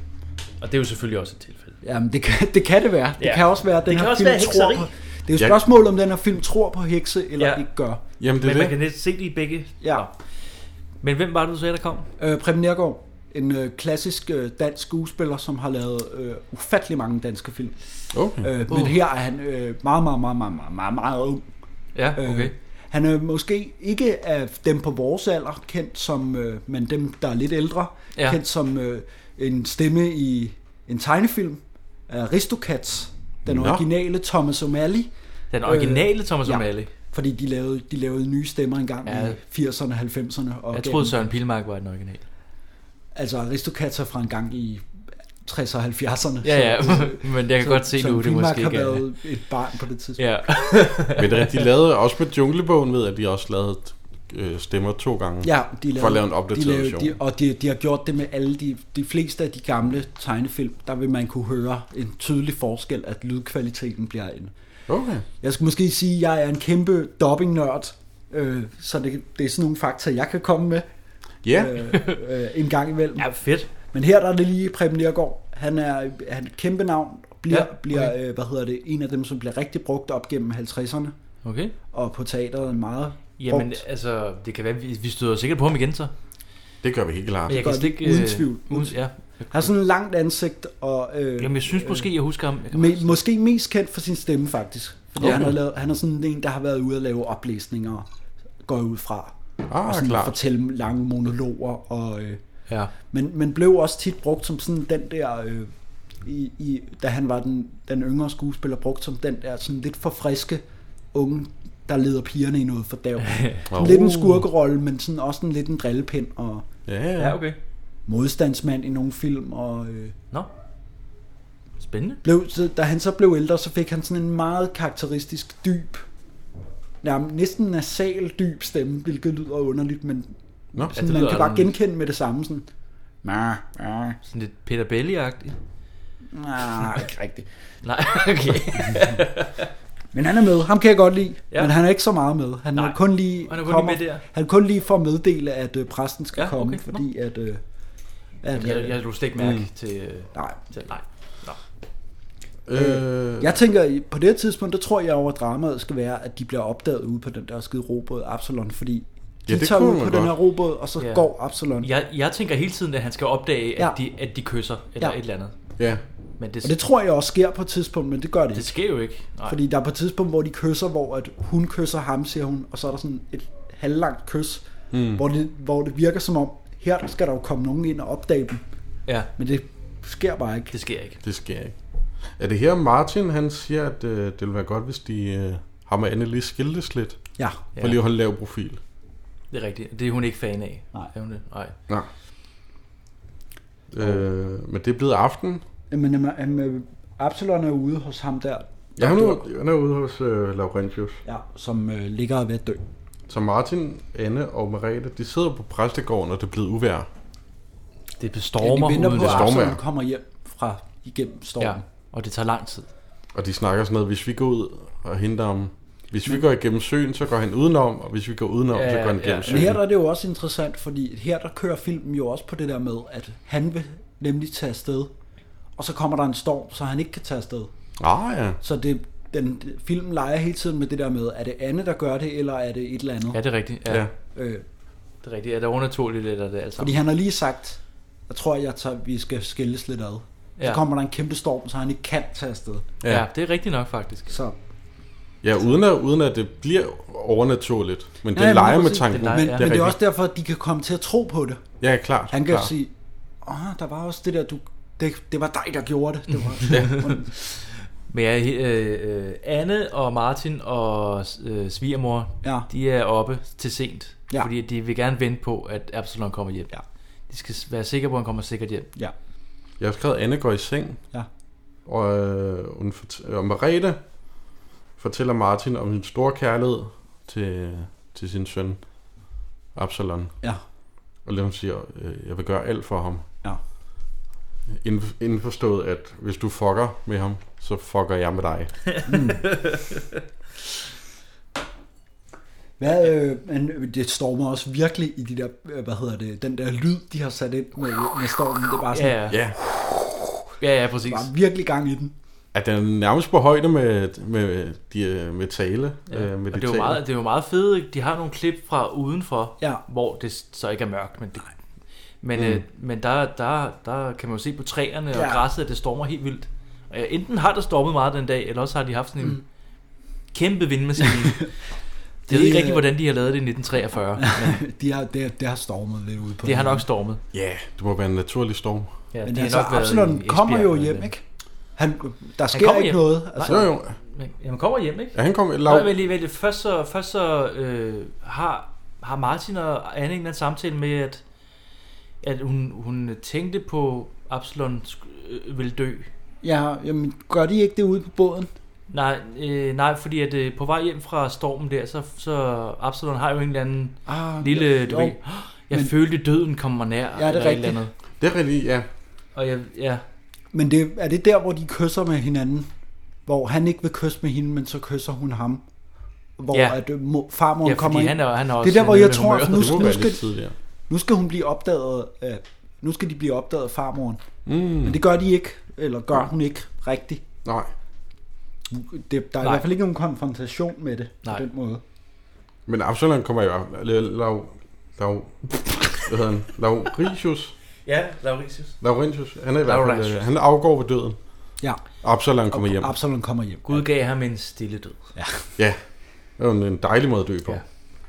Og det er jo selvfølgelig også et tilfælde. Jamen, det kan det, kan det være. Det Ja. kan også være, at den Det kan her også film være tror hekseri. på... Det er jo et Ja. spørgsmål, om den her film tror på hekse, eller Ja. ikke gør. Jamen, det Men er man det. kan næsten se det i begge. Ja. Nå. Men hvem var det, du sagde, der kom? Øh, Preben Neergaard, en øh, klassisk øh, dansk skuespiller, som har lavet øh, ufattelig mange danske film. Okay. Øh, Uh. Men her er han øh, meget, meget, meget, meget, meget, meget, meget ung. Ja, okay. Øh, han er måske ikke af dem på vores alder kendt som, øh, men dem, der er lidt ældre, Ja. ja. kendt som øh, en stemme i en tegnefilm af Aristocats, den Nå. originale Thomas O'Malley, Den originale Thomas ja. O'Malley. fordi de lavede, de lavede nye stemmer engang Ja. i firserne, halvfemserne. Og Jeg gav troede dem- Søren Pilmark var den originale. Altså Aristocats er fra en gang i tresserne og halvfjerdserne. Ja, ja, så- men jeg kan så- godt se så nu, det Pilmark måske har ikke er- været et barn på det tidspunkt. Ja. Men det er, de lavede også med Junglebogen, ved at de også lavede øh, stemmer to gange. Ja, de For at lave en de opdateret lavede, version. de, og de, de har gjort det med alle de, de fleste af de gamle tegnefilm. Der vil man kunne høre en tydelig forskel, at lydkvaliteten bliver en. Okay. Jeg skal måske sige, at jeg er en kæmpe dubbing-nørd, øh, så det, det er sådan nogle fakta, jeg kan komme med Ja. øh, øh, en gang imellem. Ja, fedt. Men her der er det lige Preben Neergaard. Han er, han er et kæmpe navn, bliver, Ja, ja, okay. bliver øh, hvad hedder det, en af dem, som bliver rigtig brugt op gennem halvtredserne, Okay. og på teateret meget Jamen, brugt. altså, det kan være, vi, vi støder sikkert på ham igen så. Det gør vi helt klart. Men jeg gør kan vi, slet ikke... uden øh, tvivl. Uden, ja. Han har sådan et langt ansigt, og øh, Jamen, jeg synes måske, jeg husker ham. Jeg kan me, bare- måske mest kendt for sin stemme faktisk. Fordi Okay. han, har lavet, han er sådan en, der har været ude at lave oplæsninger, går jeg ud fra. Ah, og sådan klart. fortælle lange monologer. Og, øh, Ja. men, men blev også tit brugt som sådan den der, øh, i, i, da han var den, den yngre skuespiller, brugt som den der sådan lidt for friske unge, der leder pigerne i noget fordærv. Oh. Lidt en skurkerolle, men sådan også en lidt en drillepind og Ja, ja. Ja, okay. modstandsmand i nogle film. Og, øh, Nå. Spændende. blev, så, da han så blev ældre, så fik han sådan en meget karakteristisk dyb, nærmest næsten nasal dyb stemme, hvilket lyder underligt, men Nå. sådan, det man lyder kan bare underligt. genkende med det samme. Sådan, nah, nah, Sådan lidt Peter Belli-agtigt. nah, ikke rigtigt. Nej, okay. Men han er med, ham kan jeg godt lide, Ja. ja. men han er ikke så meget med. Han Nej. er kun lige, Han er kun kommer, lige med der. han er kun lige for at meddele, at øh, præsten skal Ja, okay. komme, Nå. fordi at... Øh, at Jamen, jeg, jeg, jeg du slet ikke mærke Mm. til... øh, nej, til... Nej. Nå. Øh, Jeg tænker, på det tidspunkt, der tror jeg over dramaet skal være, at de bliver opdaget ude på den der skide robåd Absalon, fordi de Ja, det tager kunne ud man på den her godt. robåd, og så Ja. går Absalon. Jeg, jeg tænker hele tiden, at han skal opdage, at, Ja. de, at de kysser, eller Ja. et eller andet. Ja. Men det, Og det tror jeg også sker på et tidspunkt, men det gør det, det ikke. sker jo ikke. Nej. Fordi der er på et tidspunkt, hvor de kysser, hvor at hun kysser ham, siger hun, og så er der sådan et halvlangt kys, Mm. hvor, det, hvor det virker som om, her der skal der jo komme nogen ind og opdage dem. Ja, Men det sker bare ikke. det sker ikke. Det sker ikke. Er det her Martin, han siger, at øh, det ville være godt, hvis de øh, ham og Anne lige skiltes lidt? Ja. For lige at holde lav profil. Det er rigtigt. Det er hun ikke fan af. Nej. Er hun det? Nej. Nej. Øh, men det er blevet aften. Men jamen, jamen, Absalon er ude hos ham der, Ja, han er, han er ude hos øh, Laurentius. ja, som øh, ligger og er ved at dø. Så Martin, Anne og Merete, de sidder på præstegården, og det er blevet uvejr. Det Ja, stormer de venter uden på, det. at stormvejr. Absalon kommer hjem fra igennem stormen. Ja, og det tager lang tid. Og de snakker sådan noget, hvis vi går ud og henter ham. Hvis vi går igennem søen, så går han udenom, og hvis vi går udenom, Ja, så går han ja, igennem ja. søen. Men her der er det jo også interessant, fordi her der kører filmen jo også på det der med, at han vil nemlig tage afsted, og så kommer der en storm, så han ikke kan tage afsted. Ah ja. Så det, den, filmen leger hele tiden med det der med, er det Anne, der gør det, eller er det et eller andet? Ja, det er rigtigt. Ja, Ja. ja. Øh, Det er rigtigt. Er det overnaturligt, eller er det alt sammen? fordi han har lige sagt, jeg tror, jeg tager, vi skal skilles lidt ad. Så Ja. kommer der en kæmpe storm, så han ikke kan tage afsted. Ja. ja, det er rigtigt nok, faktisk. Så, Ja, uden at, uden at det bliver overnaturligt. Men det Ja, ja, leger men med præcis. tanken. Det leger- men, ja. men det er rigtigt. også derfor, at de kan komme til at tro på det. Ja, klart. Han kan klart. sige, åh, der var også det der, du, det, det var dig, der gjorde det. det var, ja. Men ja, øh, øh, Anne og Martin og øh, svigermor, Ja. de er oppe til sent. Ja. Fordi de vil gerne vente på, at Absalon kommer hjem. Ja. De skal være sikre på, at han kommer sikkert hjem. Ja. Jeg har skrevet, at Anne går i seng. Ja. Og, øh, hun fort- og Merete fortæller Martin om sin store kærlighed til, til sin søn, Absalon. Ja. Og hun siger, øh, jeg vil gøre alt for ham. Ja. Inden, indforstået, at hvis du fucker med ham, så fucker jeg med dig. Mm. Hvad, øh, men det stormer også virkelig i de der, øh, hvad hedder det, den der lyd, de har sat ind med, med stormen. Det er bare sådan, Ja, ja. Ja, Ja, ja, præcis. der er virkelig gang i den. at den er nærmest på højde med, med, de, med tale. Ja. Øh, med Og de det er, jo meget, det er jo meget fedt. De har nogle klip fra udenfor, Ja. hvor det så ikke er mørkt. Men, det, men, Mm. øh, men der, der, der kan man jo se på træerne og Ja. græsset, at det stormer helt vildt. Og ja, enten har det stormet meget den dag, eller også har de haft sådan en Mm. kæmpe vindmaskine. Jeg ved ikke rigtig, hvordan de har lavet det i nitten treogfyrre. Men de har, det, det har stormet lidt ude på det har den. nok stormet. Ja, yeah, det må være en naturlig storm. Ja, Men de altså, har nok været Absalon i kommer jo Esbjerg, hjem, men- ikke? Han, der sker kommer ikke hjem. noget. Altså, Jo, jo. Men, jamen kommer hjem, ikke? Ja, han kom... Nå, Lav, vent lige, vent lige. Først så, først så øh, har, har Martin og Anne en eller anden samtale med, at, at hun, hun tænkte på, Absalon sk- øh, ville dø. ja, jamen, gør de ikke det ude på båden? Nej, øh, nej, fordi at øh, på vej hjem fra stormen der, så, så Absalon har jo en eller anden Ah, lille, jo, du ved, jo. jeg Men- følte døden kom mig nær. Ja, det er eller et rigtigt. eller andet. det er rigtigt, ja. Og jeg, ja, Men det, er det der, hvor de kysser med hinanden? Hvor han ikke vil kysse med hende, men så kysser hun ham? Hvor Ja. at, øh, mo- farmoren ja kommer fordi ind? han er, han er også Det er der, hvor nede jeg med tror, humøret. at nu, Det må nu, være skal, lidt tidligere. nu skal hun blive opdaget. Øh, nu skal de blive opdaget af farmoren. Mm. Men det gør de ikke, eller gør hun ikke rigtigt. Nej. Det, der er Nej. i hvert fald ikke nogen konfrontation med det Nej. på den måde. Men Absalon kommer jo... Lav... Lav... Hvad hedder han? Laurentius. Ja, Laurentius. Laurentius. Han er i hvert fald... Laurentius. øh, Han afgår ved døden. Ja. Absalon kommer Og hjem. Absalon kommer hjem. Gud gav ham en stille død. Ja. Det er jo en dejlig måde at dø på. Ja.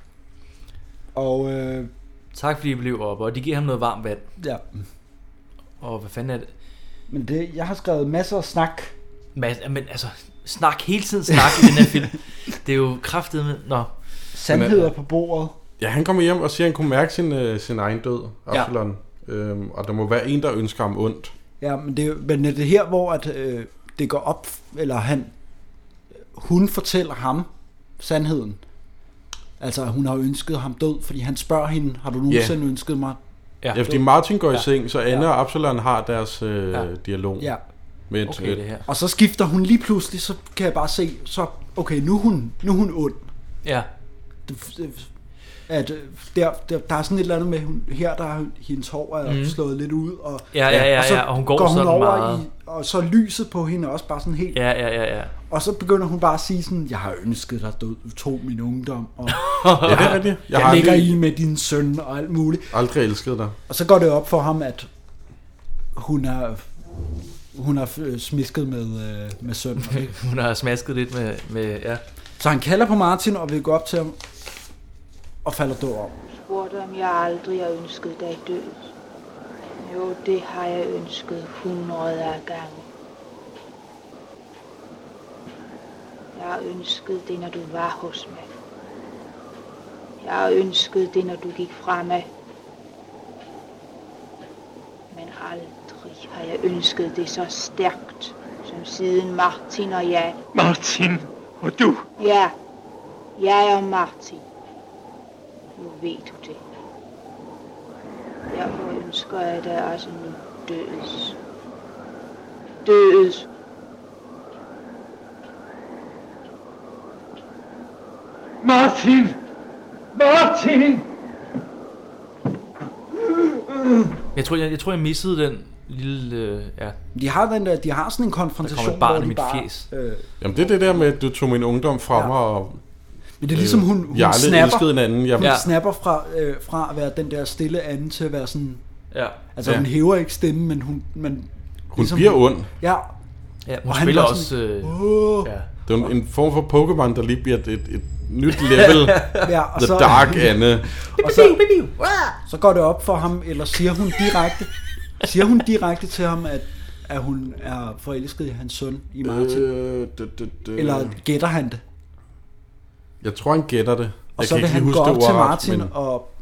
Og øh, Tak fordi I blev oppe, og de giver ham noget varmt vand. ja, Og hvad fanden er det? men det, jeg har skrevet masser af snak. Men, men altså, snak hele tiden snak i den her film. Det er jo kraftet med... Nå, Sandheder på bordet. Ja, han kommer hjem og siger, at han kunne mærke sin, øh, sin egen død, Absalon. Ja. Øhm, og der må være en, der ønsker ham ondt. Ja, men det, er- men er det her, hvor at, øh, det går op, eller han, hun fortæller ham sandheden. Altså, hun har ønsket ham død, fordi han spørger hende, har du nogensinde yeah. ønsket mig? ja. Ja, fordi Martin går i Ja. seng, så Anne Ja. og Absalon har deres øh, Ja. dialog. Ja, Med et, Okay, et, det her. og så skifter hun lige pludselig, så kan jeg bare se, så, okay, nu er hun, nu er hun ond. Ja, Det, det, at øh, der, der, der er sådan et eller andet med, hun, her der er hendes hår er Mhm. slået lidt ud, og, Ja, ja, ja, og så ja, og hun går går hun sådan over meget. i, og så lyset på hende også bare sådan helt, Ja, ja, ja, ja. og så begynder hun bare at sige sådan, jeg har ønsket dig død, du tog min ungdom, og Ja, det er rigtigt. Jeg jeg har ligger aldrig, i med din søn og alt muligt. aldrig elsket dig. Og så går det op for ham, at hun er hun har øh, smisket med, øh, med sønnen. Hun har smasket lidt med, med ja. Så han kalder på Martin og vil gå op til ham og falder død om. Spurgte om jeg aldrig har ønsket dig død. Jo, det har jeg ønsket hundrede af gange. Jeg har ønsket det, når du var hos mig. Jeg har ønsket det, når du gik fra mig. Men aldrig har jeg ønsket det så stærkt, som siden Martin og jeg. Martin, og du? Ja, jeg og Martin. Nu ved du det. Derfor ønsker jeg dig også nu dødes. Dødes. Martin! Martin! Jeg tror, jeg, jeg tror, jeg missede den lille... Øh, ja. De har, den der, de har sådan en Der kommer konfrontation, et barn hvor i de mit bare... fjes. Øh, Jamen det er det der med, at du tog min ungdom fra Ja. mig, og men det er ligesom, hun, hun jeg har aldrig snapper, elsket en anden. Jeg, hun Ja. snapper fra, øh, fra at være den der stille anden til at være sådan... Ja. Altså Ja. hun hæver ikke stemmen, men hun... Men, hun bliver ond. Ja, Ja, hun Og han spiller var også... sådan, Øh, åh, ja. Det er en, en form for Pokémon, der lige bliver et, et, et nyt level. ja, og The så, Dark Anne. og så, så går det op for ham, eller siger hun direkte, siger hun direkte til ham, at, at hun er forelsket i hans søn, i Martin? Øh, d- d- d- Eller gætter han det? Jeg tror, han gætter det. Og Jeg så kan vil ikke han lige gå huske op det til ordret, Martin men- og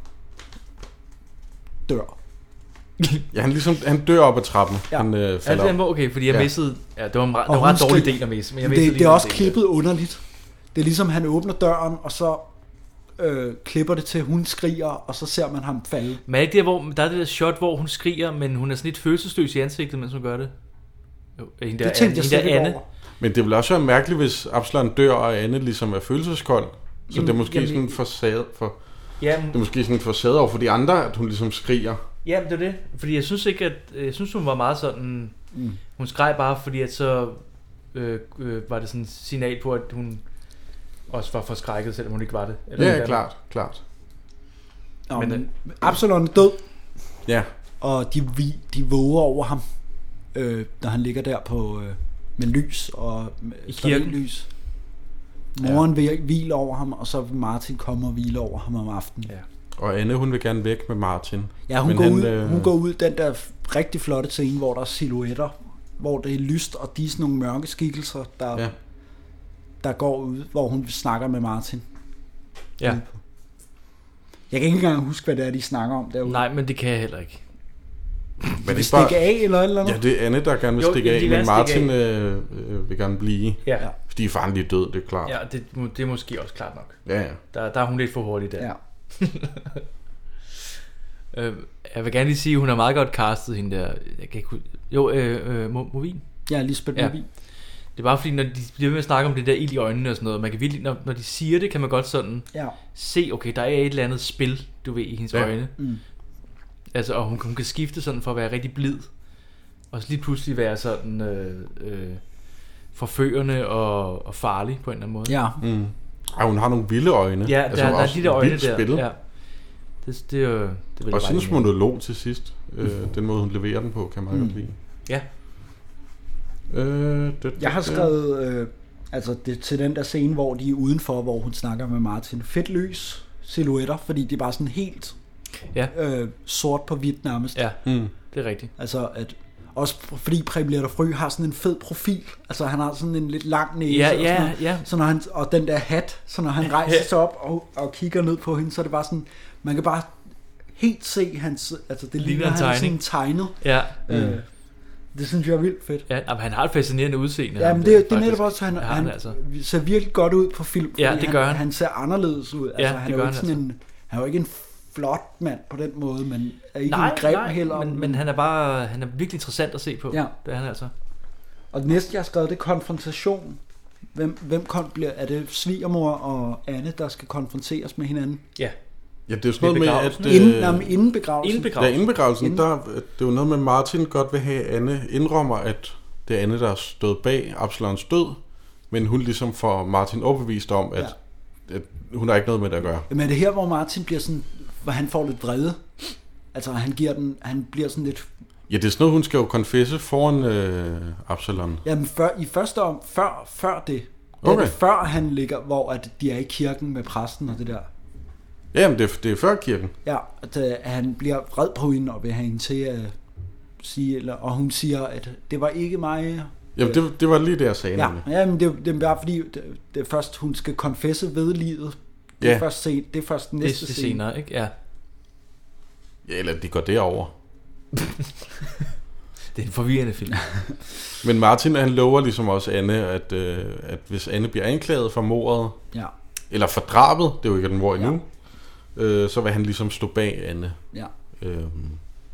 dør. Ja, han, ligesom, han dør op ad trappen. Ja. Han øh, Altså, falder han op. var okay, fordi jeg Ja. missede... Ja, det var en, ret- Og det var en ret hun dårlig skriger- del at misse. Men jeg Det, missede det lige er den også del. klippet underligt. Det er ligesom, han åbner døren, og så øh, klipper det til, hun skriger, og så ser man ham falde. Men er ikke det, hvor, der er det der shot, hvor hun skriger, men hun er sådan lidt følelsesløs i ansigtet, mens hun gør det? Jo, hende der, Det tænkte jeg hende slet der ikke Anne. over. Men det ville også være mærkeligt, hvis Absalon dør, og Anne ligesom er følelseskold. Så Jamen, det er måske jamen, sådan for sad for Jamen, det er måske sådan for sad over for de andre, at hun ligesom skriger. ja, det er det. Fordi jeg synes ikke, at... Jeg synes, hun var meget sådan... Mm. Hun skreg bare, fordi at så... Øh, øh, var det sådan et signal på, at hun også var forskrækket, selvom hun ikke var det. Eller Ja, noget klart, klart. Nå, Men, men, men Absalon er død, Ja, og de, vi- de våger over ham, øh, når han ligger der på øh, med lys og I kirken. lys. Moren vil hvile over ham, og så vil Martin komme og hvile over ham om aftenen. Ja. og Anne, hun vil gerne væk med Martin. Ja, hun, Men går han, ud, øh, hun går ud den der rigtig flotte scene, hvor der er silhuetter, hvor det er lyst, og de er sådan nogle mørke skikkelser, der, Ja. der går ud, hvor hun snakker med Martin. Ja. Jeg kan ikke engang huske, hvad det er, de snakker om derude. Nej, men det kan jeg heller ikke. Men Vil det er stikke bare, af eller et eller andet? ja, det er Anne, der gerne vil Jo, stikke de af, vil men gerne Martin stikke øh, øh, vil gerne blive. Ja, Fordi faren lige er død, det er klart. ja det, må- det er måske også klart nok. Ja, ja. Der, der er hun lidt for hurtig der. Ja. Øh, jeg vil gerne lige sige, at hun er meget godt castet, hende der. Jeg kan ikke, hu- jo, øh, øh, Mo- Movin. Ja, Lisbeth Ja. Movin. Det er bare fordi, når de bliver ved at snakke om det der ild i øjnene og sådan noget, man kan virkelig, når, når de siger det, kan man godt sådan Ja. se, okay, der er et eller andet spil, du ved, i hendes Ja. øjne. Mm. Altså, og hun, hun kan skifte sådan for at være rigtig blid, og så lige pludselig være sådan øh, øh, forførende og, og farlig på en eller anden måde. Ja. Mm. Ej, hun har nogle vilde øjne. Ja, Altså, der, der er også de der øjne vildt der. spil. Ja. Det, det, øh, det vil Og jeg bare synes lige med. monolog til sidst. Øh, den måde, hun leverer den på, kan man Mm. godt lide. Ja. Øh, det, Jeg har skrevet øh, altså det, til den der scene, hvor de er udenfor, hvor hun snakker med Martin. Fedt lys, silhuetter, fordi det er bare sådan helt Ja. øh, sort på hvidt nærmest. Ja, Mm. det er rigtigt. Altså at også fordi Preben Letter Fry har sådan en fed profil. Altså han har sådan en lidt lang næse. Ja, og sådan ja, noget. ja. Så når han, og den der hat, så når han rejser sig op og, og kigger ned på hende, så er det bare sådan, man kan bare helt se hans, altså det Ligner ligner en han er tegning. sådan tegnet. Ja. Øh, det synes jeg er vildt fedt. Ja, men han har et fascinerende udseende. Ja, ham men der, det, det er faktisk. netop også, han, Ja, han, han altså. ser virkelig godt ud på film. Ja, fordi det gør han. Han ser anderledes ud. Altså, Ja, han det er gør jo ikke han sådan en, han er jo ikke en flot mand på den måde, men er ikke Nej, en grim nej, heller. men, men han er bare han er virkelig interessant at se på. Ja. Det er han altså. Og det næste, jeg har skrevet, det er konfrontation. Hvem, hvem kon- bliver, er det svigermor og Anne, der skal konfronteres med hinanden? Ja. Ja, det er jo sådan noget med, at... Øh, inden, nej, inden begravelsen. Inden begravelsen. Ja, inden begravelsen, inden. der, det er jo noget med, Martin godt vil have, Anne indrømmer, at det er Anne, der stod bag Absalons død, men hun ligesom får Martin overbevist om, at, ja. at hun har ikke noget med det at gøre. Men er det her, hvor Martin bliver sådan, hvor han får lidt vrede? Altså, han giver den, han bliver sådan lidt... Ja, det er sådan noget, hun skal jo konfesse foran øh, Absalon. Jamen, før, i første om, før, før det. Okay. Det er det før, han ligger, hvor at de er i kirken med præsten og det der. Jamen, det er, det er før kirken. Ja, at, uh, han bliver vred på hende og vil have hende til at sige, eller, og hun siger, at det var ikke mig. Jamen, det, det var lige det, jeg sagde. Ja, jamen, det, det er bare fordi, det, det er først, hun skal konfesse ved livet. Det er ja. først set, det er først næste det, det scene. senere, ikke? Ja. Ja, eller de går derover. Det er en forvirrende film. Men Martin, han lover ligesom også Anne, at, øh, at hvis Anne bliver anklaget for mordet, ja. eller for drabet, det er jo ikke den mord endnu, ja. øh, så vil han ligesom stå bag Anne. Ja. Øhm.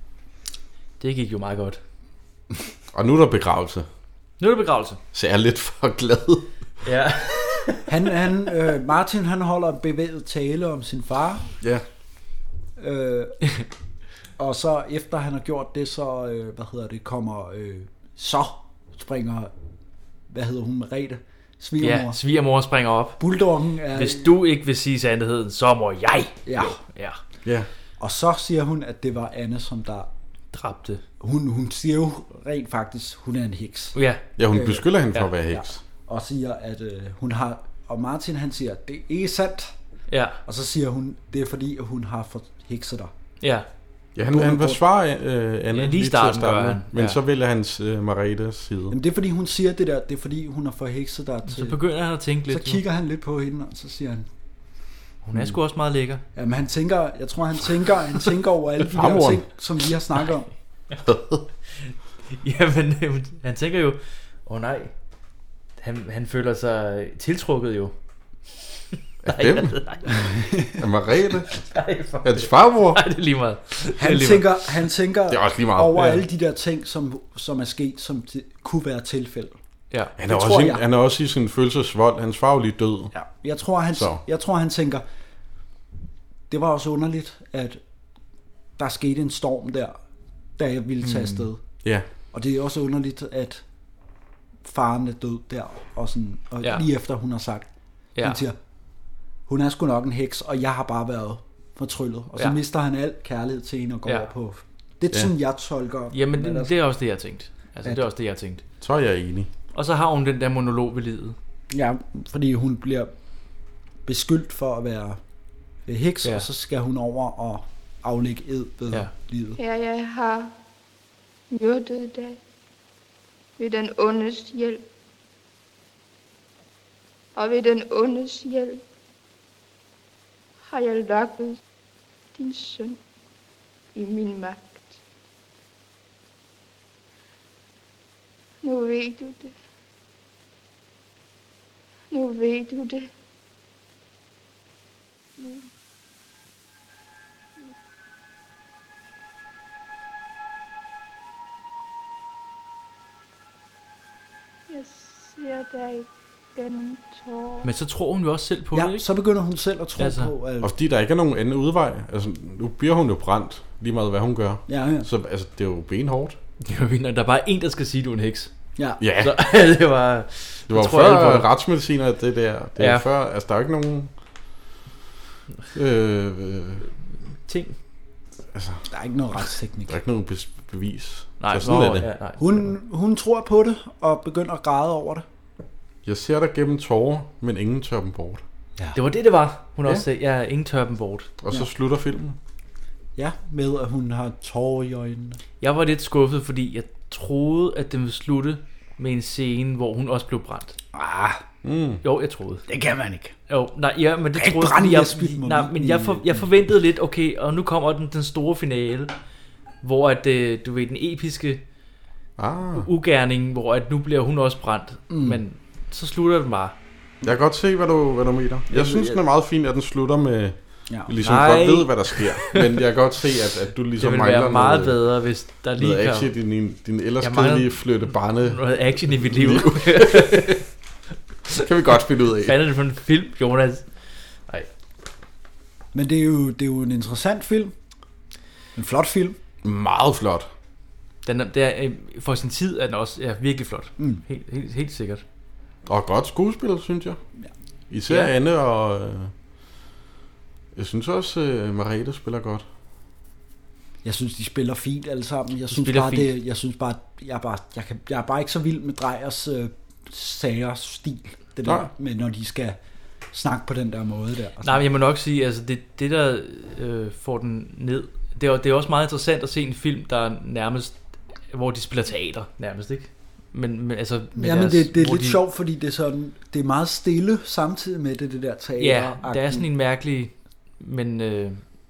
Det gik jo meget godt. Og nu er der begravelse. Nu er der begravelse. Så jeg er lidt for glad. Ja. han, han, øh, Martin, han holder en bevæget tale om sin far. Ja. Øh, og så efter han har gjort det, så øh, hvad hedder det, kommer øh, så springer, hvad hedder hun, Merete, svigermor. Ja, svigermor springer op. Bulldoggen er... Hvis du ikke vil sige sandheden, så må jeg. Ja. Ja. Ja. Og så siger hun, at det var Anne, som der dræbte. Hun, hun siger jo rent faktisk, hun er en heks. Ja. Ja, hun beskylder øh, hende for ja, at være heks. Ja. Og siger, at øh, hun har... Og Martin, han siger, det er ikke sandt. Ja. Og så siger hun, det er fordi, at hun har forhekset dig. Ja. Ja, han, han forsvarer øh, Anne ja, lige lige starten, starte med, men ja. så vælger hans øh, Maretes side. Jamen det er fordi, hun siger det der, det er fordi, hun har forhekset dig til... Så begynder han at tænke lidt. Så kigger han lidt på hende, og så siger han... Hun er sgu også meget lækker. Jamen han tænker, jeg tror han tænker, han tænker over alle de der ting, som vi har snakket om. Jamen, han tænker jo, åh oh, nej, han, han føler sig tiltrukket jo. Af dem? Af Marete? Hans farmor? Nej, det er lige meget. Han lige tænker, meget. han tænker det er også lige meget. over ja. alle de der ting, som, som er sket, som t- kunne være tilfælde. Ja. Han er, også, en, han er også i sin følelsesvold. Hans far er jo lige død. Ja. Jeg, tror, han, jeg tror, han tænker, det var også underligt, at der skete en storm der, da jeg ville tage afsted. Mm. Ja. Og det er også underligt, at faren er død der, og, sådan, og ja. lige efter hun har sagt, ja. han siger, hun er sgu nok en heks, og jeg har bare været fortryllet. Og så ja. mister han al kærlighed til hende og går ja. over på... Det er ja. sådan, jeg tolker. Jamen, det, det er også det, jeg tænkte. Altså, at, det er også det, jeg tænkte. Så er jeg enig. Og så har hun den der monolog ved livet. Ja, fordi hun bliver beskyldt for at være heks, ja. og så skal hun over og aflægge ed ved ja. livet. Ja, jeg har myrdet dig ved den ondes hjælp. Og ved den ondes hjælp har jeg lokket din søn i min magt. Nu ved du det. Nu ved du det. Nu. Jeg ser dig gennem tårer. Men så tror hun jo også selv på ja, det, ikke? så begynder hun selv at tro altså. på. At... Og fordi der ikke er nogen anden udvej. Altså, nu bliver hun jo brændt, lige meget hvad hun gør. Ja, ja. Så altså, det er jo benhårdt. Der er bare en, der skal sige, at du er en heks. Ja. Ja. Så, det var... Det var jo før retsmediciner, det der. Det er ja. før, altså der er ikke nogen... Øh, øh, ting. Altså, der er ikke noget retsteknik. Der er ikke nogen bevis. Nej, så sådan nå, er det. Ja, nej. Hun, hun tror på det, og begynder at græde over det. Jeg ser dig gennem tårer, men ingen tør dem bort. Ja. Det var det, det var. Hun ja. også sagde, ja, ingen tør dem bort. Og så ja. slutter filmen. Ja, med at hun har tårer i øjnene. Jeg var lidt skuffet, fordi jeg troede, at den ville slutte med en scene, hvor hun også blev brændt. Ah, mm. Jo, jeg troede. Det kan man ikke. Jo, nej, ja, men det jeg troede jeg. jeg. jeg nej, men jeg, for, jeg forventede lidt, okay, og nu kommer den, den store finale, hvor at, du ved, den episke ah. ugerning, hvor at nu bliver hun også brændt, mm. men så slutter den bare. Jeg kan godt se, hvad du, hvad du mener. Jeg, jeg synes, jeg, den er meget fin, at den slutter med... Ja. Ligesom Nej. godt ved, hvad der sker. Men jeg kan godt se, at, at du ligesom mangler noget... Det ville være meget noget, bedre, hvis der lige noget action i din, din ellers mangler, kedelige flytte barne... Noget action i mit liv. kan vi godt finde ud af. Hvad er det for en film, Jonas? Nej. Men det er, jo, det er jo en interessant film. En flot film. Meget flot. Den er, det er, for sin tid er den også ja, virkelig flot. Mm. Helt, helt, helt sikkert. Og godt skuespil, synes jeg. Ja. Især Ja. Anne og... Øh, jeg synes også, øh, Merete spiller godt. Jeg synes, de spiller fint alle sammen. Jeg synes spiller bare, fint. det, jeg synes bare, jeg er bare, jeg, kan, jeg er bare ikke så vild med Drejers øh, sagers stil. Det der Nej. med, når de skal snakke på den der måde der. Nej, men jeg må nok sige, altså det, det der øh, får den ned, det er, det er også meget interessant at se en film, der er nærmest, hvor de spiller teater, nærmest, ikke? Men, men altså... Med Ja, men deres, det, det er hvor lidt de... sjovt, fordi det er sådan, det er meget stille samtidig med det, det der teater. Ja, der er sådan en mærkelig, men... Øh,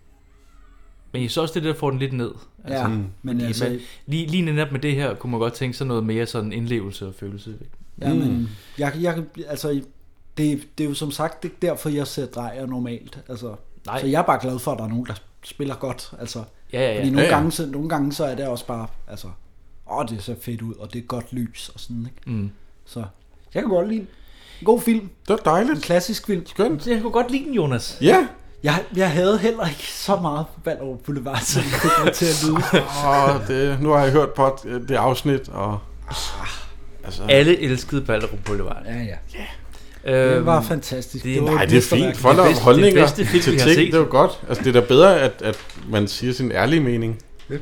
men jeg synes også, det der får den lidt ned. Altså, Ja, men men altså- man, lige, lige netop med det her, kunne man godt tænke sig noget mere sådan indlevelse og følelse. Ja, men jeg, jeg, altså, det, det er jo som sagt ikke derfor, jeg ser Drejer normalt. Altså, Nej. så jeg er bare glad for, at der er nogen, der spiller godt. Altså, Ja, ja, ja. Fordi nogle, Ja, ja. Gange, så, nogle gange så er det også bare, altså, åh, det ser fedt ud, og det er godt lys og sådan, ikke? Mm. Så jeg kan godt lide den. En god film. Det er dejligt. En klassisk film. Skønt. Jeg kunne godt lide den, Jonas. Ja. Jeg, jeg havde heller ikke så meget på Ballerup Boulevard, som jeg fik mig til at lyde. Og det, nu har jeg hørt på det afsnit, og... Altså, alle elskede Ballerup Boulevard. Ja, ja. Øhm, Det var fantastisk. Det, Det var Nej, et det er mesterværk. fint. Folk Det har bedste- holdninger det bedste film, til vi har ting, set. det er jo godt. Altså, det er da bedre, at, at man siger sin ærlige mening.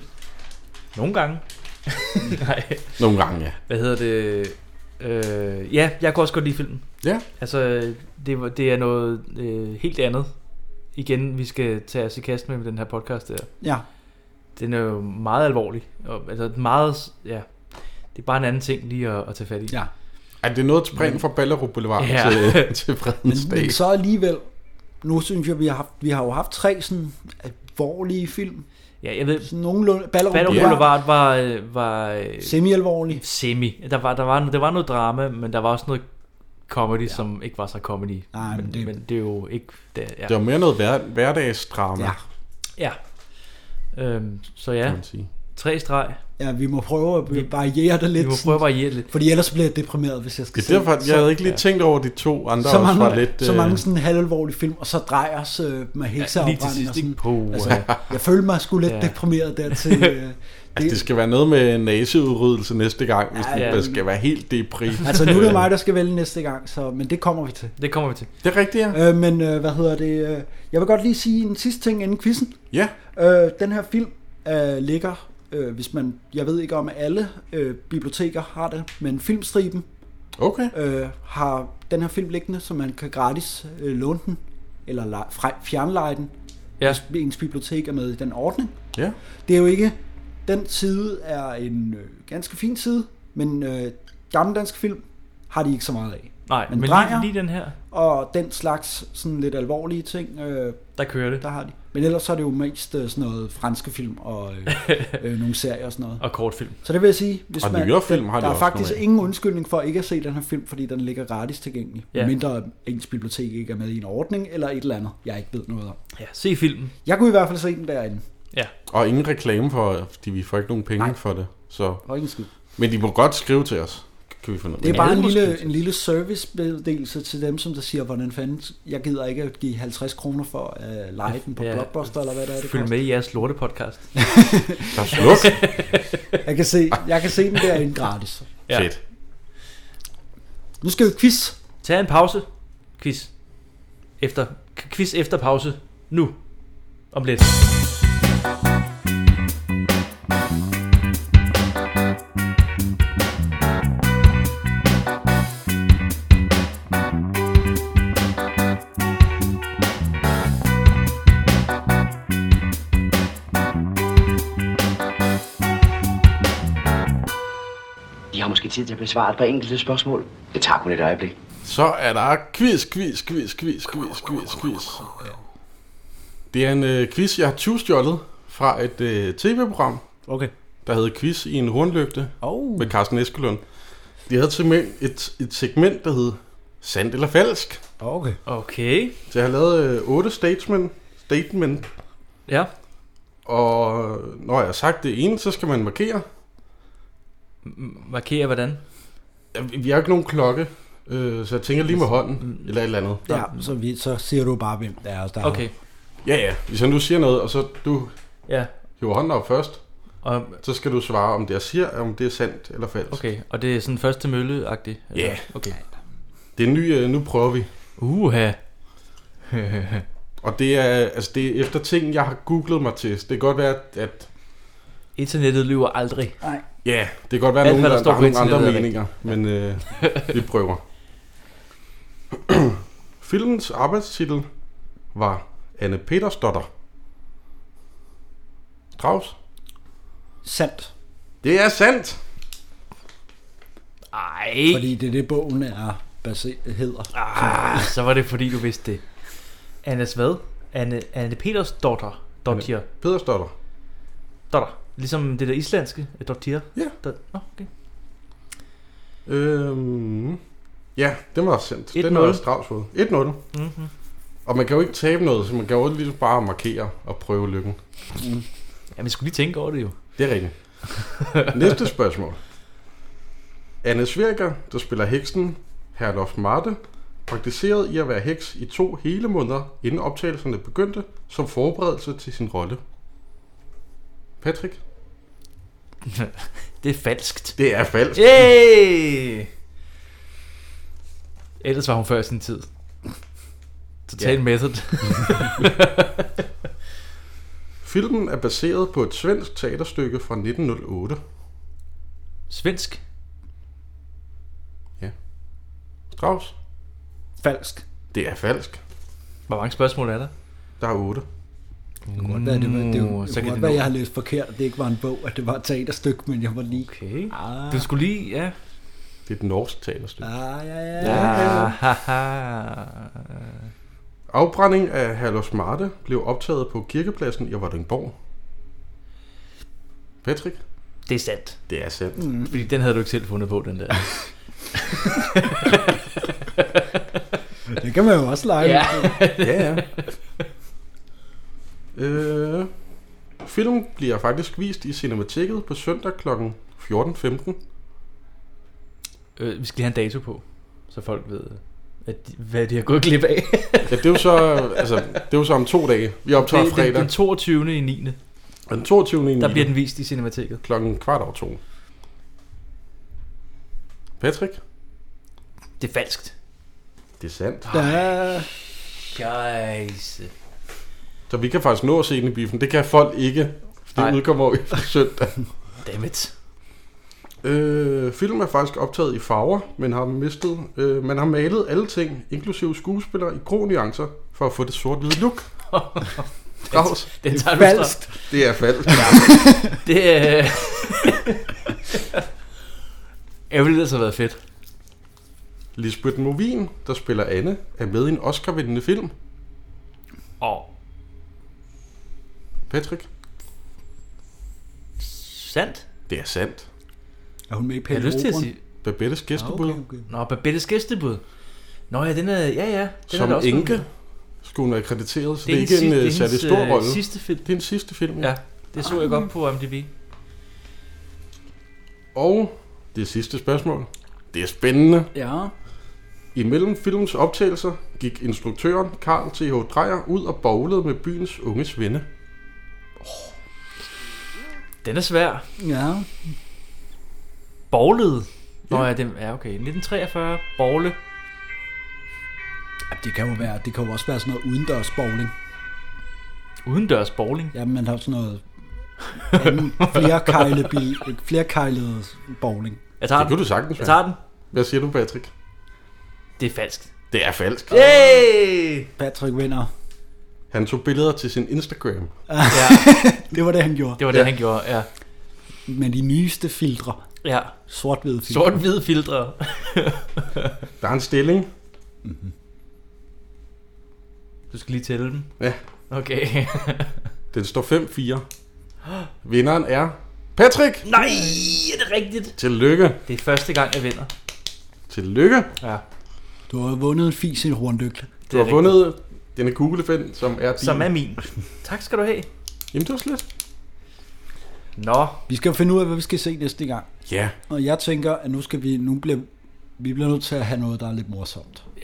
Nogle gange. Nej. Nogle gange, ja. Hvad hedder det? Øh, ja, jeg kunne også godt lide filmen. Ja. Altså, det, var- det er noget øh, helt andet. Igen, vi skal tage os i kast med, med den her podcast der. Ja. Den er jo meget alvorlig. Og, altså, meget, ja. Det er bare en anden ting lige at, at tage fat i. Ja. Er det noget til springe fra Ballerup Boulevard Ja. til, til Men, Fredens Dag? men så alligevel, nu synes jeg, vi har, haft, vi har jo haft tre sådan alvorlige film. Ja, jeg ved... Sådan nogenlunde. Ballerup Ballerup Boulevard. Boulevard var... øh, var øh, Semi-alvorlig. Semi. Der var, der, var, der var noget drama, men der var også noget comedy, ja. som ikke var så comedy. Nej, men, men det- men det er jo ikke... Det, ja. Det var mere noget hver, hverdagsdrama. Ja. Ja. Øhm, så ja, Kan man sige. tre streg. Ja, vi må prøve at variere det lidt. Vi må prøve at variere lidt. Fordi ellers bliver jeg deprimeret, hvis jeg skal Det er derfor, se. jeg havde ikke lige tænkt over de to andre så også mange, var lidt... så øh, mange sådan halvalvorlige film, og så Drejers øh, med hekseafbrænding lige til sidst, og sådan. ikke? Puh, altså, ja. jeg følte mig sgu lidt Ja. deprimeret dertil. Øh, Altså, det skal være noget med naziudryddelse næste gang, hvis Ja, ja, det skal være helt depri. altså, nu er det mig, der skal vælge næste gang, så, men det kommer vi til. Det kommer vi til. Det er rigtigt, ja. Øh, men øh, hvad hedder det? Øh, jeg vil godt lige sige en sidste ting inden quizzen. Ja. Øh, den her film øh, ligger, øh, hvis man, jeg ved ikke om alle øh, biblioteker har det, men Filmstriben Okay. øh, har den her film liggende, så man kan gratis øh, låne den, eller le- fra- fjernleje den, Ja. hvis ens bibliotek er med i den ordning. Ja. Det er jo ikke, den side er en øh, ganske fin side, men øh, gamle danske film har de ikke så meget af. Nej, men, men Drejer lige, lige den her, og den slags sådan lidt alvorlige ting, øh, der kører det. der har de. Men ellers så er det jo mest øh, sådan noget franske film og øh, øh, nogle serier og sådan noget. Og kortfilm. Så det vil jeg sige, hvis Og man, nyere film har de der er også faktisk nogle af. ingen undskyldning for ikke at se den her film, fordi den ligger gratis tilgængelig. Ja. Ja. Mindre ens bibliotek ikke er med i en ordning eller et eller andet, jeg ikke ved noget om. Ja, se filmen. Jeg kunne i hvert fald se den derinde. Ja. Og ingen reklame for, fordi vi får ikke nogen penge Nej. for det. Så. Og ingen skid. Men de må godt skrive til os. Kan vi finde ud af. Det er bare en alle lille, måske. en lille servicemeddelelse til dem, som der siger, hvordan fanden, jeg gider ikke at give halvtreds kroner for at uh, lege den på Ja. Blockbuster, eller hvad der er, det Følg koster. med i jeres lortepodcast. Der er sluk. Jeg kan se, jeg kan se den derinde gratis. Ja. Fedt. Nu skal vi quiz. Tag en pause. Quiz. Efter, quiz efter pause. Nu. Om lidt. De har måske tid til at besvare et par enkelte spørgsmål. Det tager kun et øjeblik. Så er der quiz, quiz, quiz, quiz, quiz, quiz, quiz. Det er en øh, quiz, jeg har tyvstjålet fra et øh, tv-program, Okay. der hedder Quiz i en hornlygte Oh. med Carsten Eskelund. De havde simpelthen et, et segment, der hed Sandt eller Falsk. Okay. Okay. Så jeg har lavet øh, otte statement, statement, Ja. og når jeg har sagt det ene, så skal man markere. Markere hvordan? Ja, Vi har ikke nogen klokke, øh, så jeg tænker lige med hånden, eller et eller andet. Ja, så, vi, så siger du bare, hvem det er, der Okay. Ja, ja. Hvis jeg nu siger noget, og så du Ja. hiver hånden op først, Og, så skal du svare, om det jeg siger, om det er sandt eller falsk. okay, og det er sådan først til mølle-agtigt? Ja. Yeah. Okay. Det er en ny, uh, nu prøver vi. Uha. Og det er, altså det er efter ting, jeg har googlet mig til. Det kan godt være, at... Internettet lyver aldrig. Nej. Ja, det kan godt være, Alt, nogen, hvad der der, står der har på nogle andre internettet, er meninger. Men øh, vi prøver. Filmens arbejdstitel var Anne Petersdotter. Strauss? Sandt. Det er sandt! Ej. Fordi det er det, bogen er baseret hedder. Ah, så var det fordi, du vidste det. Annes hvad? Anne, Anne Peters dotter. Dottir. Petersdotter. Dotter. Ligesom det der islandske. Dottir. Ja. Nå, okay. Øhm, ja, det var sandt. et Den nul. var Strauss fået. et nul. Mm-hmm. Og man kan jo ikke tabe noget, så man kan jo ligesom bare markere og prøve lykken. Mm. Ja, vi skulle lige tænke over det jo. Det er rigtigt. Næste spørgsmål. Anne Sverker, der spiller heksen Herlof Marte, praktiserede i at være heks i to hele måneder, inden optagelserne begyndte, som forberedelse til sin rolle. Patrick? Det er falskt. Det er falsk. Hey! Ellers var hun før sin tid. Total Ja. method. Filmen er baseret på et svensk teaterstykke fra nitten nul otte. Svensk? Ja. Strauss? Falsk. Det er falsk. Hvor mange spørgsmål er der? Der er otte. Det kunne godt være, det var, det, Uh, det så kunne kan godt det være, nå. jeg har læst forkert, at det ikke var en bog, at det var et teaterstykke, men jeg var lige... Okay. Ah. Du skulle lige, ja. Det er et norsk teaterstykke. Ah, ja, ja, Ja, ja. haha. Afbrænding af Herlof Marte blev optaget på kirkepladsen i Vordingborg. Patrick? Det er sandt. Det er sandt. Mm. Fordi den havde du ikke selv fundet på, den der. Det kan man jo også lege. Ja. Ja, ja. Øh, filmen bliver faktisk vist i Cinemateket på søndag klokken fjorten femten. Øh, vi skal lige have en dato på, så folk ved, at de, hvad de har gået glip af. Ja, det er jo så, altså, det er jo så om to dage. Vi optager det, fredag. Den toogtyvende i niende Og den toogtyvende Der bliver den vist i Cinemateket. Klokken kvart over to. Patrick? Det er falskt. Det er sandt. Ja. Scheisse. Så vi kan faktisk nå at se den i biffen. Det kan folk ikke. Det Nej. udkommer jo efter søndag. Dammit. Øh, filmen er faktisk optaget i farver, men har mistet. Øh, man har malet alle ting, inklusive skuespillere, i grå nuancer, for at få det sort-hvide look. Strauss. Den Det er tager du falskt. straks. Det er falsk. Det er... Jeg ville ellers have været fedt. Lisbeth Movin, der spiller Anne, er med i en Oscar-vindende film. Og Patrick? sandt. Det er sandt. Er hun med i Jeg har Pelle lyst til at Robren? sige... Babettes gæstebud. Ah, okay, okay. Nå, Babettes gæstebud. Nå ja, den er... Ja, ja. Den Som er også enke med. skulle hun være krediteret, så Det det er er ikke en hendes uh, sidste- særlig det er stor hendes, øh, rolle. sidste film. Det er en sidste film, ja. Ja, det så jeg godt på I M D B. Og det sidste spørgsmål. Det er spændende. Ja. I mellem filmens optagelser gik instruktøren Carl T H Dreyer ud og bowlede med byens unge svende. Den er svær. Ja. Bowlet. Nå Ja. ja, det, ja okay. nitten treogfyrre. Bowle. Ja, det kan jo være, det kan jo også være sådan noget udendørs bowling. Udendørs bowling. Ja, man har sådan noget anden flerkejlet, flerkejlet bowling. Jeg tager Det den. kunne du sagtens Jeg være. tager den. Hvad siger du, Patrick? Det er falsk. Det er falsk. Hey! Patrick vinder. Han tog billeder til sin Instagram. Ja, Det var det, han gjorde. det var det, han gjorde. Ja. Med de nyeste filtre. Ja. Sort-hvide filtre. Sort-hvide filtre. Der er en stilling. Du skal lige tælle dem. Ja. Okay. Den står fem fire. Vinderen er Patrick. Nej, er det rigtigt? Tillykke. Det er første gang, jeg vinder. Tillykke. Ja. Du har vundet en fis i en horndykle. Du har vundet denne Google-fan, som er din. Som er min. Tak skal du have. Jamen, det var slet. Nå. Vi skal jo finde ud af, hvad vi skal se næste gang. Ja. Og jeg tænker, at nu skal vi, nu bliver, vi bliver nødt til at have noget, der er lidt morsomt. Ja,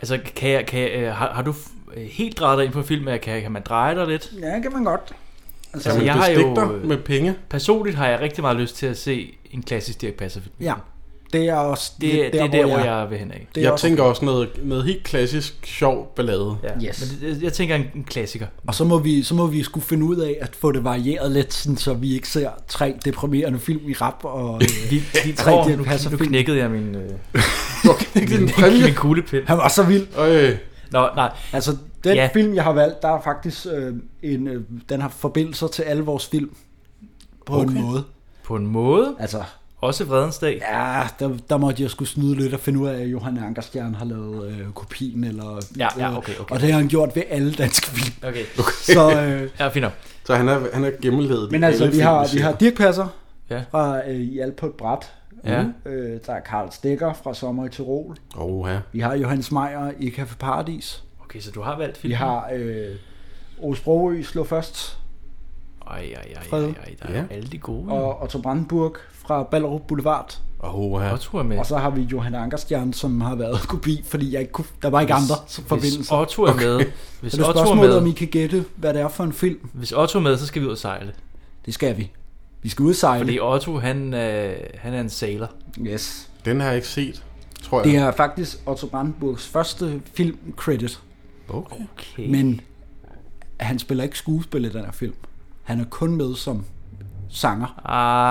Altså, kan jeg, kan jeg, har, har du helt drejet dig ind på film, kan, kan man dreje dig lidt? Ja, kan man godt. Altså, altså jeg har jo med penge. Personligt har jeg rigtig meget lyst til at se en klassisk Dirch Passer-film. Ja, det er også det, det, det er der, hvor jeg, jeg vil hen af. Jeg også tænker også noget, noget helt klassisk sjov ballade. Ja. Yes. Men det, jeg tænker en, en klassiker. Og så må vi så må vi skulle finde ud af at få det varieret lidt, sådan, så vi ikke ser tre deprimerende film i rap og vi, vi tre oh, Dirch Passer-film. Nu knækkede jeg min øh, min, min kuglepind. Han var så vild. Øj. Nå, nej. Altså den ja. film jeg har valgt, der er faktisk øh, en øh, den har forbindelser til alle vores film på okay. en måde. På en måde? Altså også Vredens Dag? Ja, der, der måtte jeg skulle snyde lidt og finde ud af, at Johan Ankerstjerne har lavet øh, kopien. Eller, ja, ja, okay, okay. Og det har han gjort ved alle danske film. Okay. okay. Så, øh, ja, fint nok. Så han er, han er gennemledet. Men altså, vi har, vi har Dirch Passer ja. fra øh, I alt på et bræt. Ja. Øh, der er Karl Stikker fra Sommer i Tyrol. Oh, ja. Vi har Johannes Meyer i Café Paradis. Okay, så du har valgt film. Vi har øh, Ove Sprogøe Slå Først. Ej, ej, ej, ej, ej, der er ja. alle de gode. Og Otto Brandenburg fra Ballerup Boulevard. Oh, ja. Otto er med. Og så har vi Johan Ankerstjerne, som har været kopi, fordi jeg ikke kunne, der var ikke andre forbindelser. Hvis Otto er med, okay. hvis så det er Otto spørgsmålet, er med, om I kan gætte, hvad det er for en film. Hvis Otto er med, så skal vi ud og sejle. Det skal vi. Vi skal ud og sejle. Fordi Otto, han, øh, han er en sailor. Yes. Den har jeg ikke set, tror jeg. Det er faktisk Otto Brandenburgs første film-credit. Okay. okay. Men han spiller ikke skuespil i den her film. Han er kun med som sanger.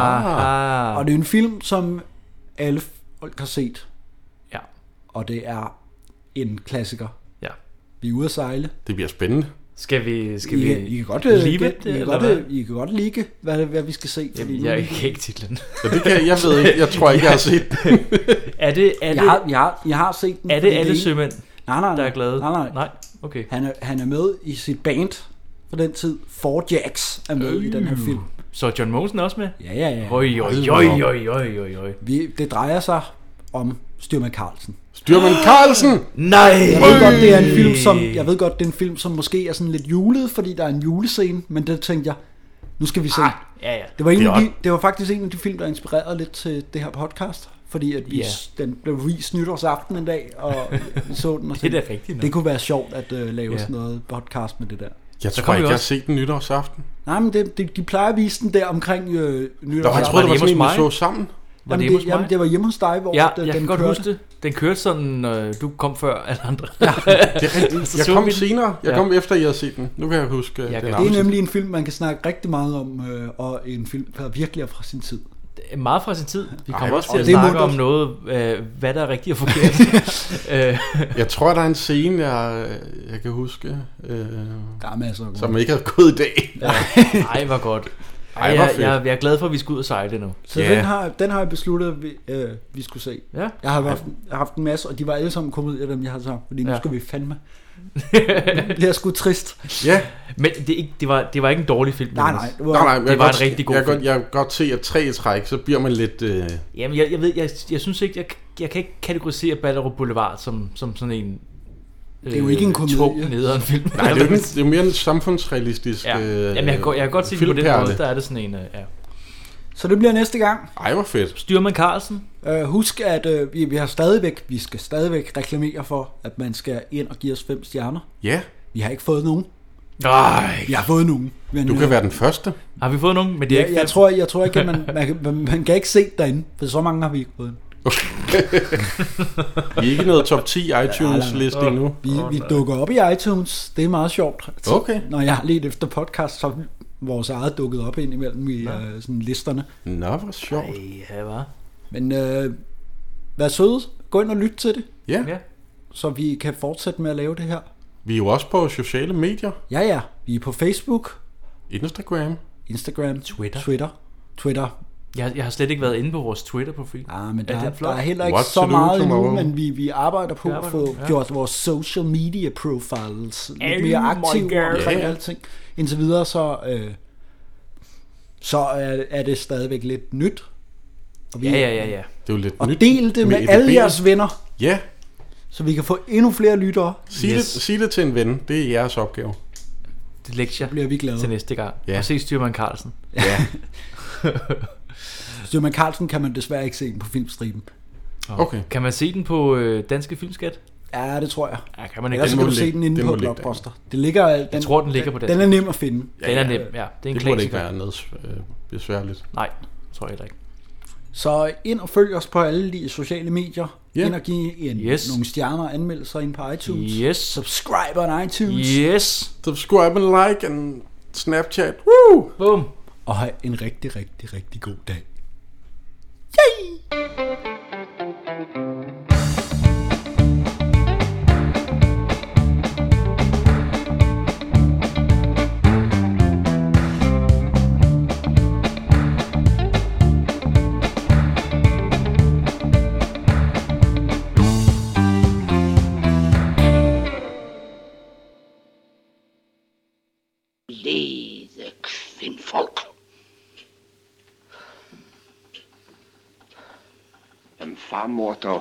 Ah. Og det er en film, som alle folk har set. Ja. Og det er en klassiker. Ja. Vi er ude at sejle. Det bliver spændende. Skal vi, skal I, vi I kan godt leave det, it, I, kan godt, det, I kan godt ligge, hvad, hvad vi skal se. Jamen, jeg kan ikke titlen. Ja, det kan jeg, jeg ved ikke. Jeg tror ikke, jeg har set den. er det, er det, jeg, har, jeg, har, jeg har set den. Er det alle sømænd, nej, nej, nej, der er glade? Nej, nej. nej? Okay. Han er, han er med i sit band for den tid. Four Jacks er med øh. i den her film. Så John Mogensen er også med? Ja, ja, ja. Oj, oj, oj, oj, oj, oj, oj. Vi, det drejer sig om Styrmand Carlsen. Styrmand Carlsen! Nej! Jeg ved godt, det er en film, som jeg ved godt, det er en film, som måske er sådan lidt julet, fordi der er en julescene, men det tænkte jeg, nu skal vi se. Ah, ja, ja. Det var, en det, af de, det var faktisk en af de film, der inspirerede lidt til det her podcast, fordi at vi, yeah. den blev vist nytårsaften en dag, og vi så den. Og det er da rigtigt nok. Det kunne være sjovt at uh, lave yeah. sådan noget podcast med det der. Jeg tror ikke, jeg har set den nytårsaften. Nej, men det, det, de plejer at vise den der omkring øh, nytårsaften. Nå, jeg troede, det var sådan en, vi så sammen. Var jamen, det, det, jamen, det var hjemme hos dig, hvor ja, den, jeg den kan kørte. godt huske det. Den kørte sådan, øh, du kom før alle andre. Ja, det er rigtigt. Jeg kom senere. Jeg kom ja. efter, I havde set den. Nu kan jeg huske jeg den. Kan. Det er nemlig en film, man kan snakke rigtig meget om, øh, og en film, der virkelig er fra sin tid. Meget fra sin tid. Vi kommer Ej, også til at snakke muntert. om noget, øh, hvad der er rigtigt og forkert. Jeg tror, der er en scene, jeg, jeg kan huske, øh, der er masser af som ikke har gået i dag. Ej, hvor godt. Ej, Ej, jeg, jeg, jeg er glad for, at vi skal ud og sejle det nu. Så yeah. den, har, den har jeg besluttet, at vi, øh, vi skulle se. Ja. Jeg har haft, jeg har haft en masse, og de var alle sammen kommet ud af dem, jeg har sagt, fordi nu ja. skal vi fandme. Det bliver sgu trist. Ja. Men det, ikke, det, var, det var ikke en dårlig film. Nej, nej. Det var, nej, nej, det var godt, en rigtig god jeg film. Godt, jeg kan godt se, at tre i træk, så bliver man lidt... Øh... Jamen, jeg, jeg ved, jeg, jeg synes ikke, jeg, jeg kan ikke kategorisere Ballerup Boulevard som, som sådan en... Det er jo ikke en komedie. Tung nederen film. Nej, det er, jo, det er jo mere en samfundsrealistisk ja. øh, Jamen, jeg kan, jeg kan godt se det på den måde, der er det sådan en... Ja. Så det bliver næste gang. Ej, hvor fedt. Styrmand Carlsen. Uh, husk, at uh, vi, vi har stadigvæk, vi skal stadigvæk reklamere for, at man skal ind og give os fem stjerner. Ja. Vi har ikke fået nogen. Nej. Vi har fået nogen. Men, du kan uh, være den første. Har vi fået nogen? Men det er ja, ikke jeg, tror, jeg tror ikke, at man, man, man, man kan ikke se derinde, for så mange har vi ikke fået. Okay. Vi er ikke noget top ti iTunes-liste endnu. Vi, vi dukker op i iTunes. Det er meget sjovt. Okay. Når jeg har let efter podcast, så er vores eget dukket op ind imellem i ja. uh, sådan listerne. Nå, hvor sjovt. Ej, ja, hva? Men uh, vær søde. Gå ind og lyt til det. Ja. ja. Så vi kan fortsætte med at lave det her. Vi er jo også på sociale medier. Ja, ja. Vi er på Facebook. Instagram. Instagram. Twitter. Twitter. Twitter. Jeg, jeg har slet ikke været inde på vores Twitter-profil. Ah, men der er, er, der er heller ikke What så meget endnu, tomorrow? men vi, vi arbejder på at få ja. gjort vores social media profiles lidt oh mere aktive omkring yeah. alting. Indtil videre, så, øh, så er, er det stadigvæk lidt nyt. Og vi, ja, ja, ja, ja. Det er jo lidt og nyt. del det med, med alle jeres venner. Ja. Så vi kan få endnu flere lyttere. Sig, yes. det, sig det til en ven. Det er jeres opgave. Det lektier bliver vi glade til næste gang. Ja. Og se Styrmand Carlsen. Ja. Styrmand Carlsen kan man desværre ikke se den på Filmstriben. Okay. Kan man se den på øh, Danske Filmskat? Ja, det tror jeg. Ja, kan man ikke. Ellers Den kan må du se ligge- den inde den på må ligge Blockbuster. Det ligger, den, Jeg tror, den ligger på den. Den er nem at finde. Den er nem, ja. Det er en det burde ikke klassiker. være noget øh, besværligt. Nej, tror jeg heller ikke. Så ind og følg os på alle de sociale medier. Ja. Ind og give en, Yes. nogle stjerner og anmeldelser ind på iTunes. Yes. Subscribe on iTunes. Yes. Subscribe and like and Snapchat. Woo! Boom. Og have en rigtig, rigtig, rigtig god dag. Lede kvindfolk. Jamen farmor dog.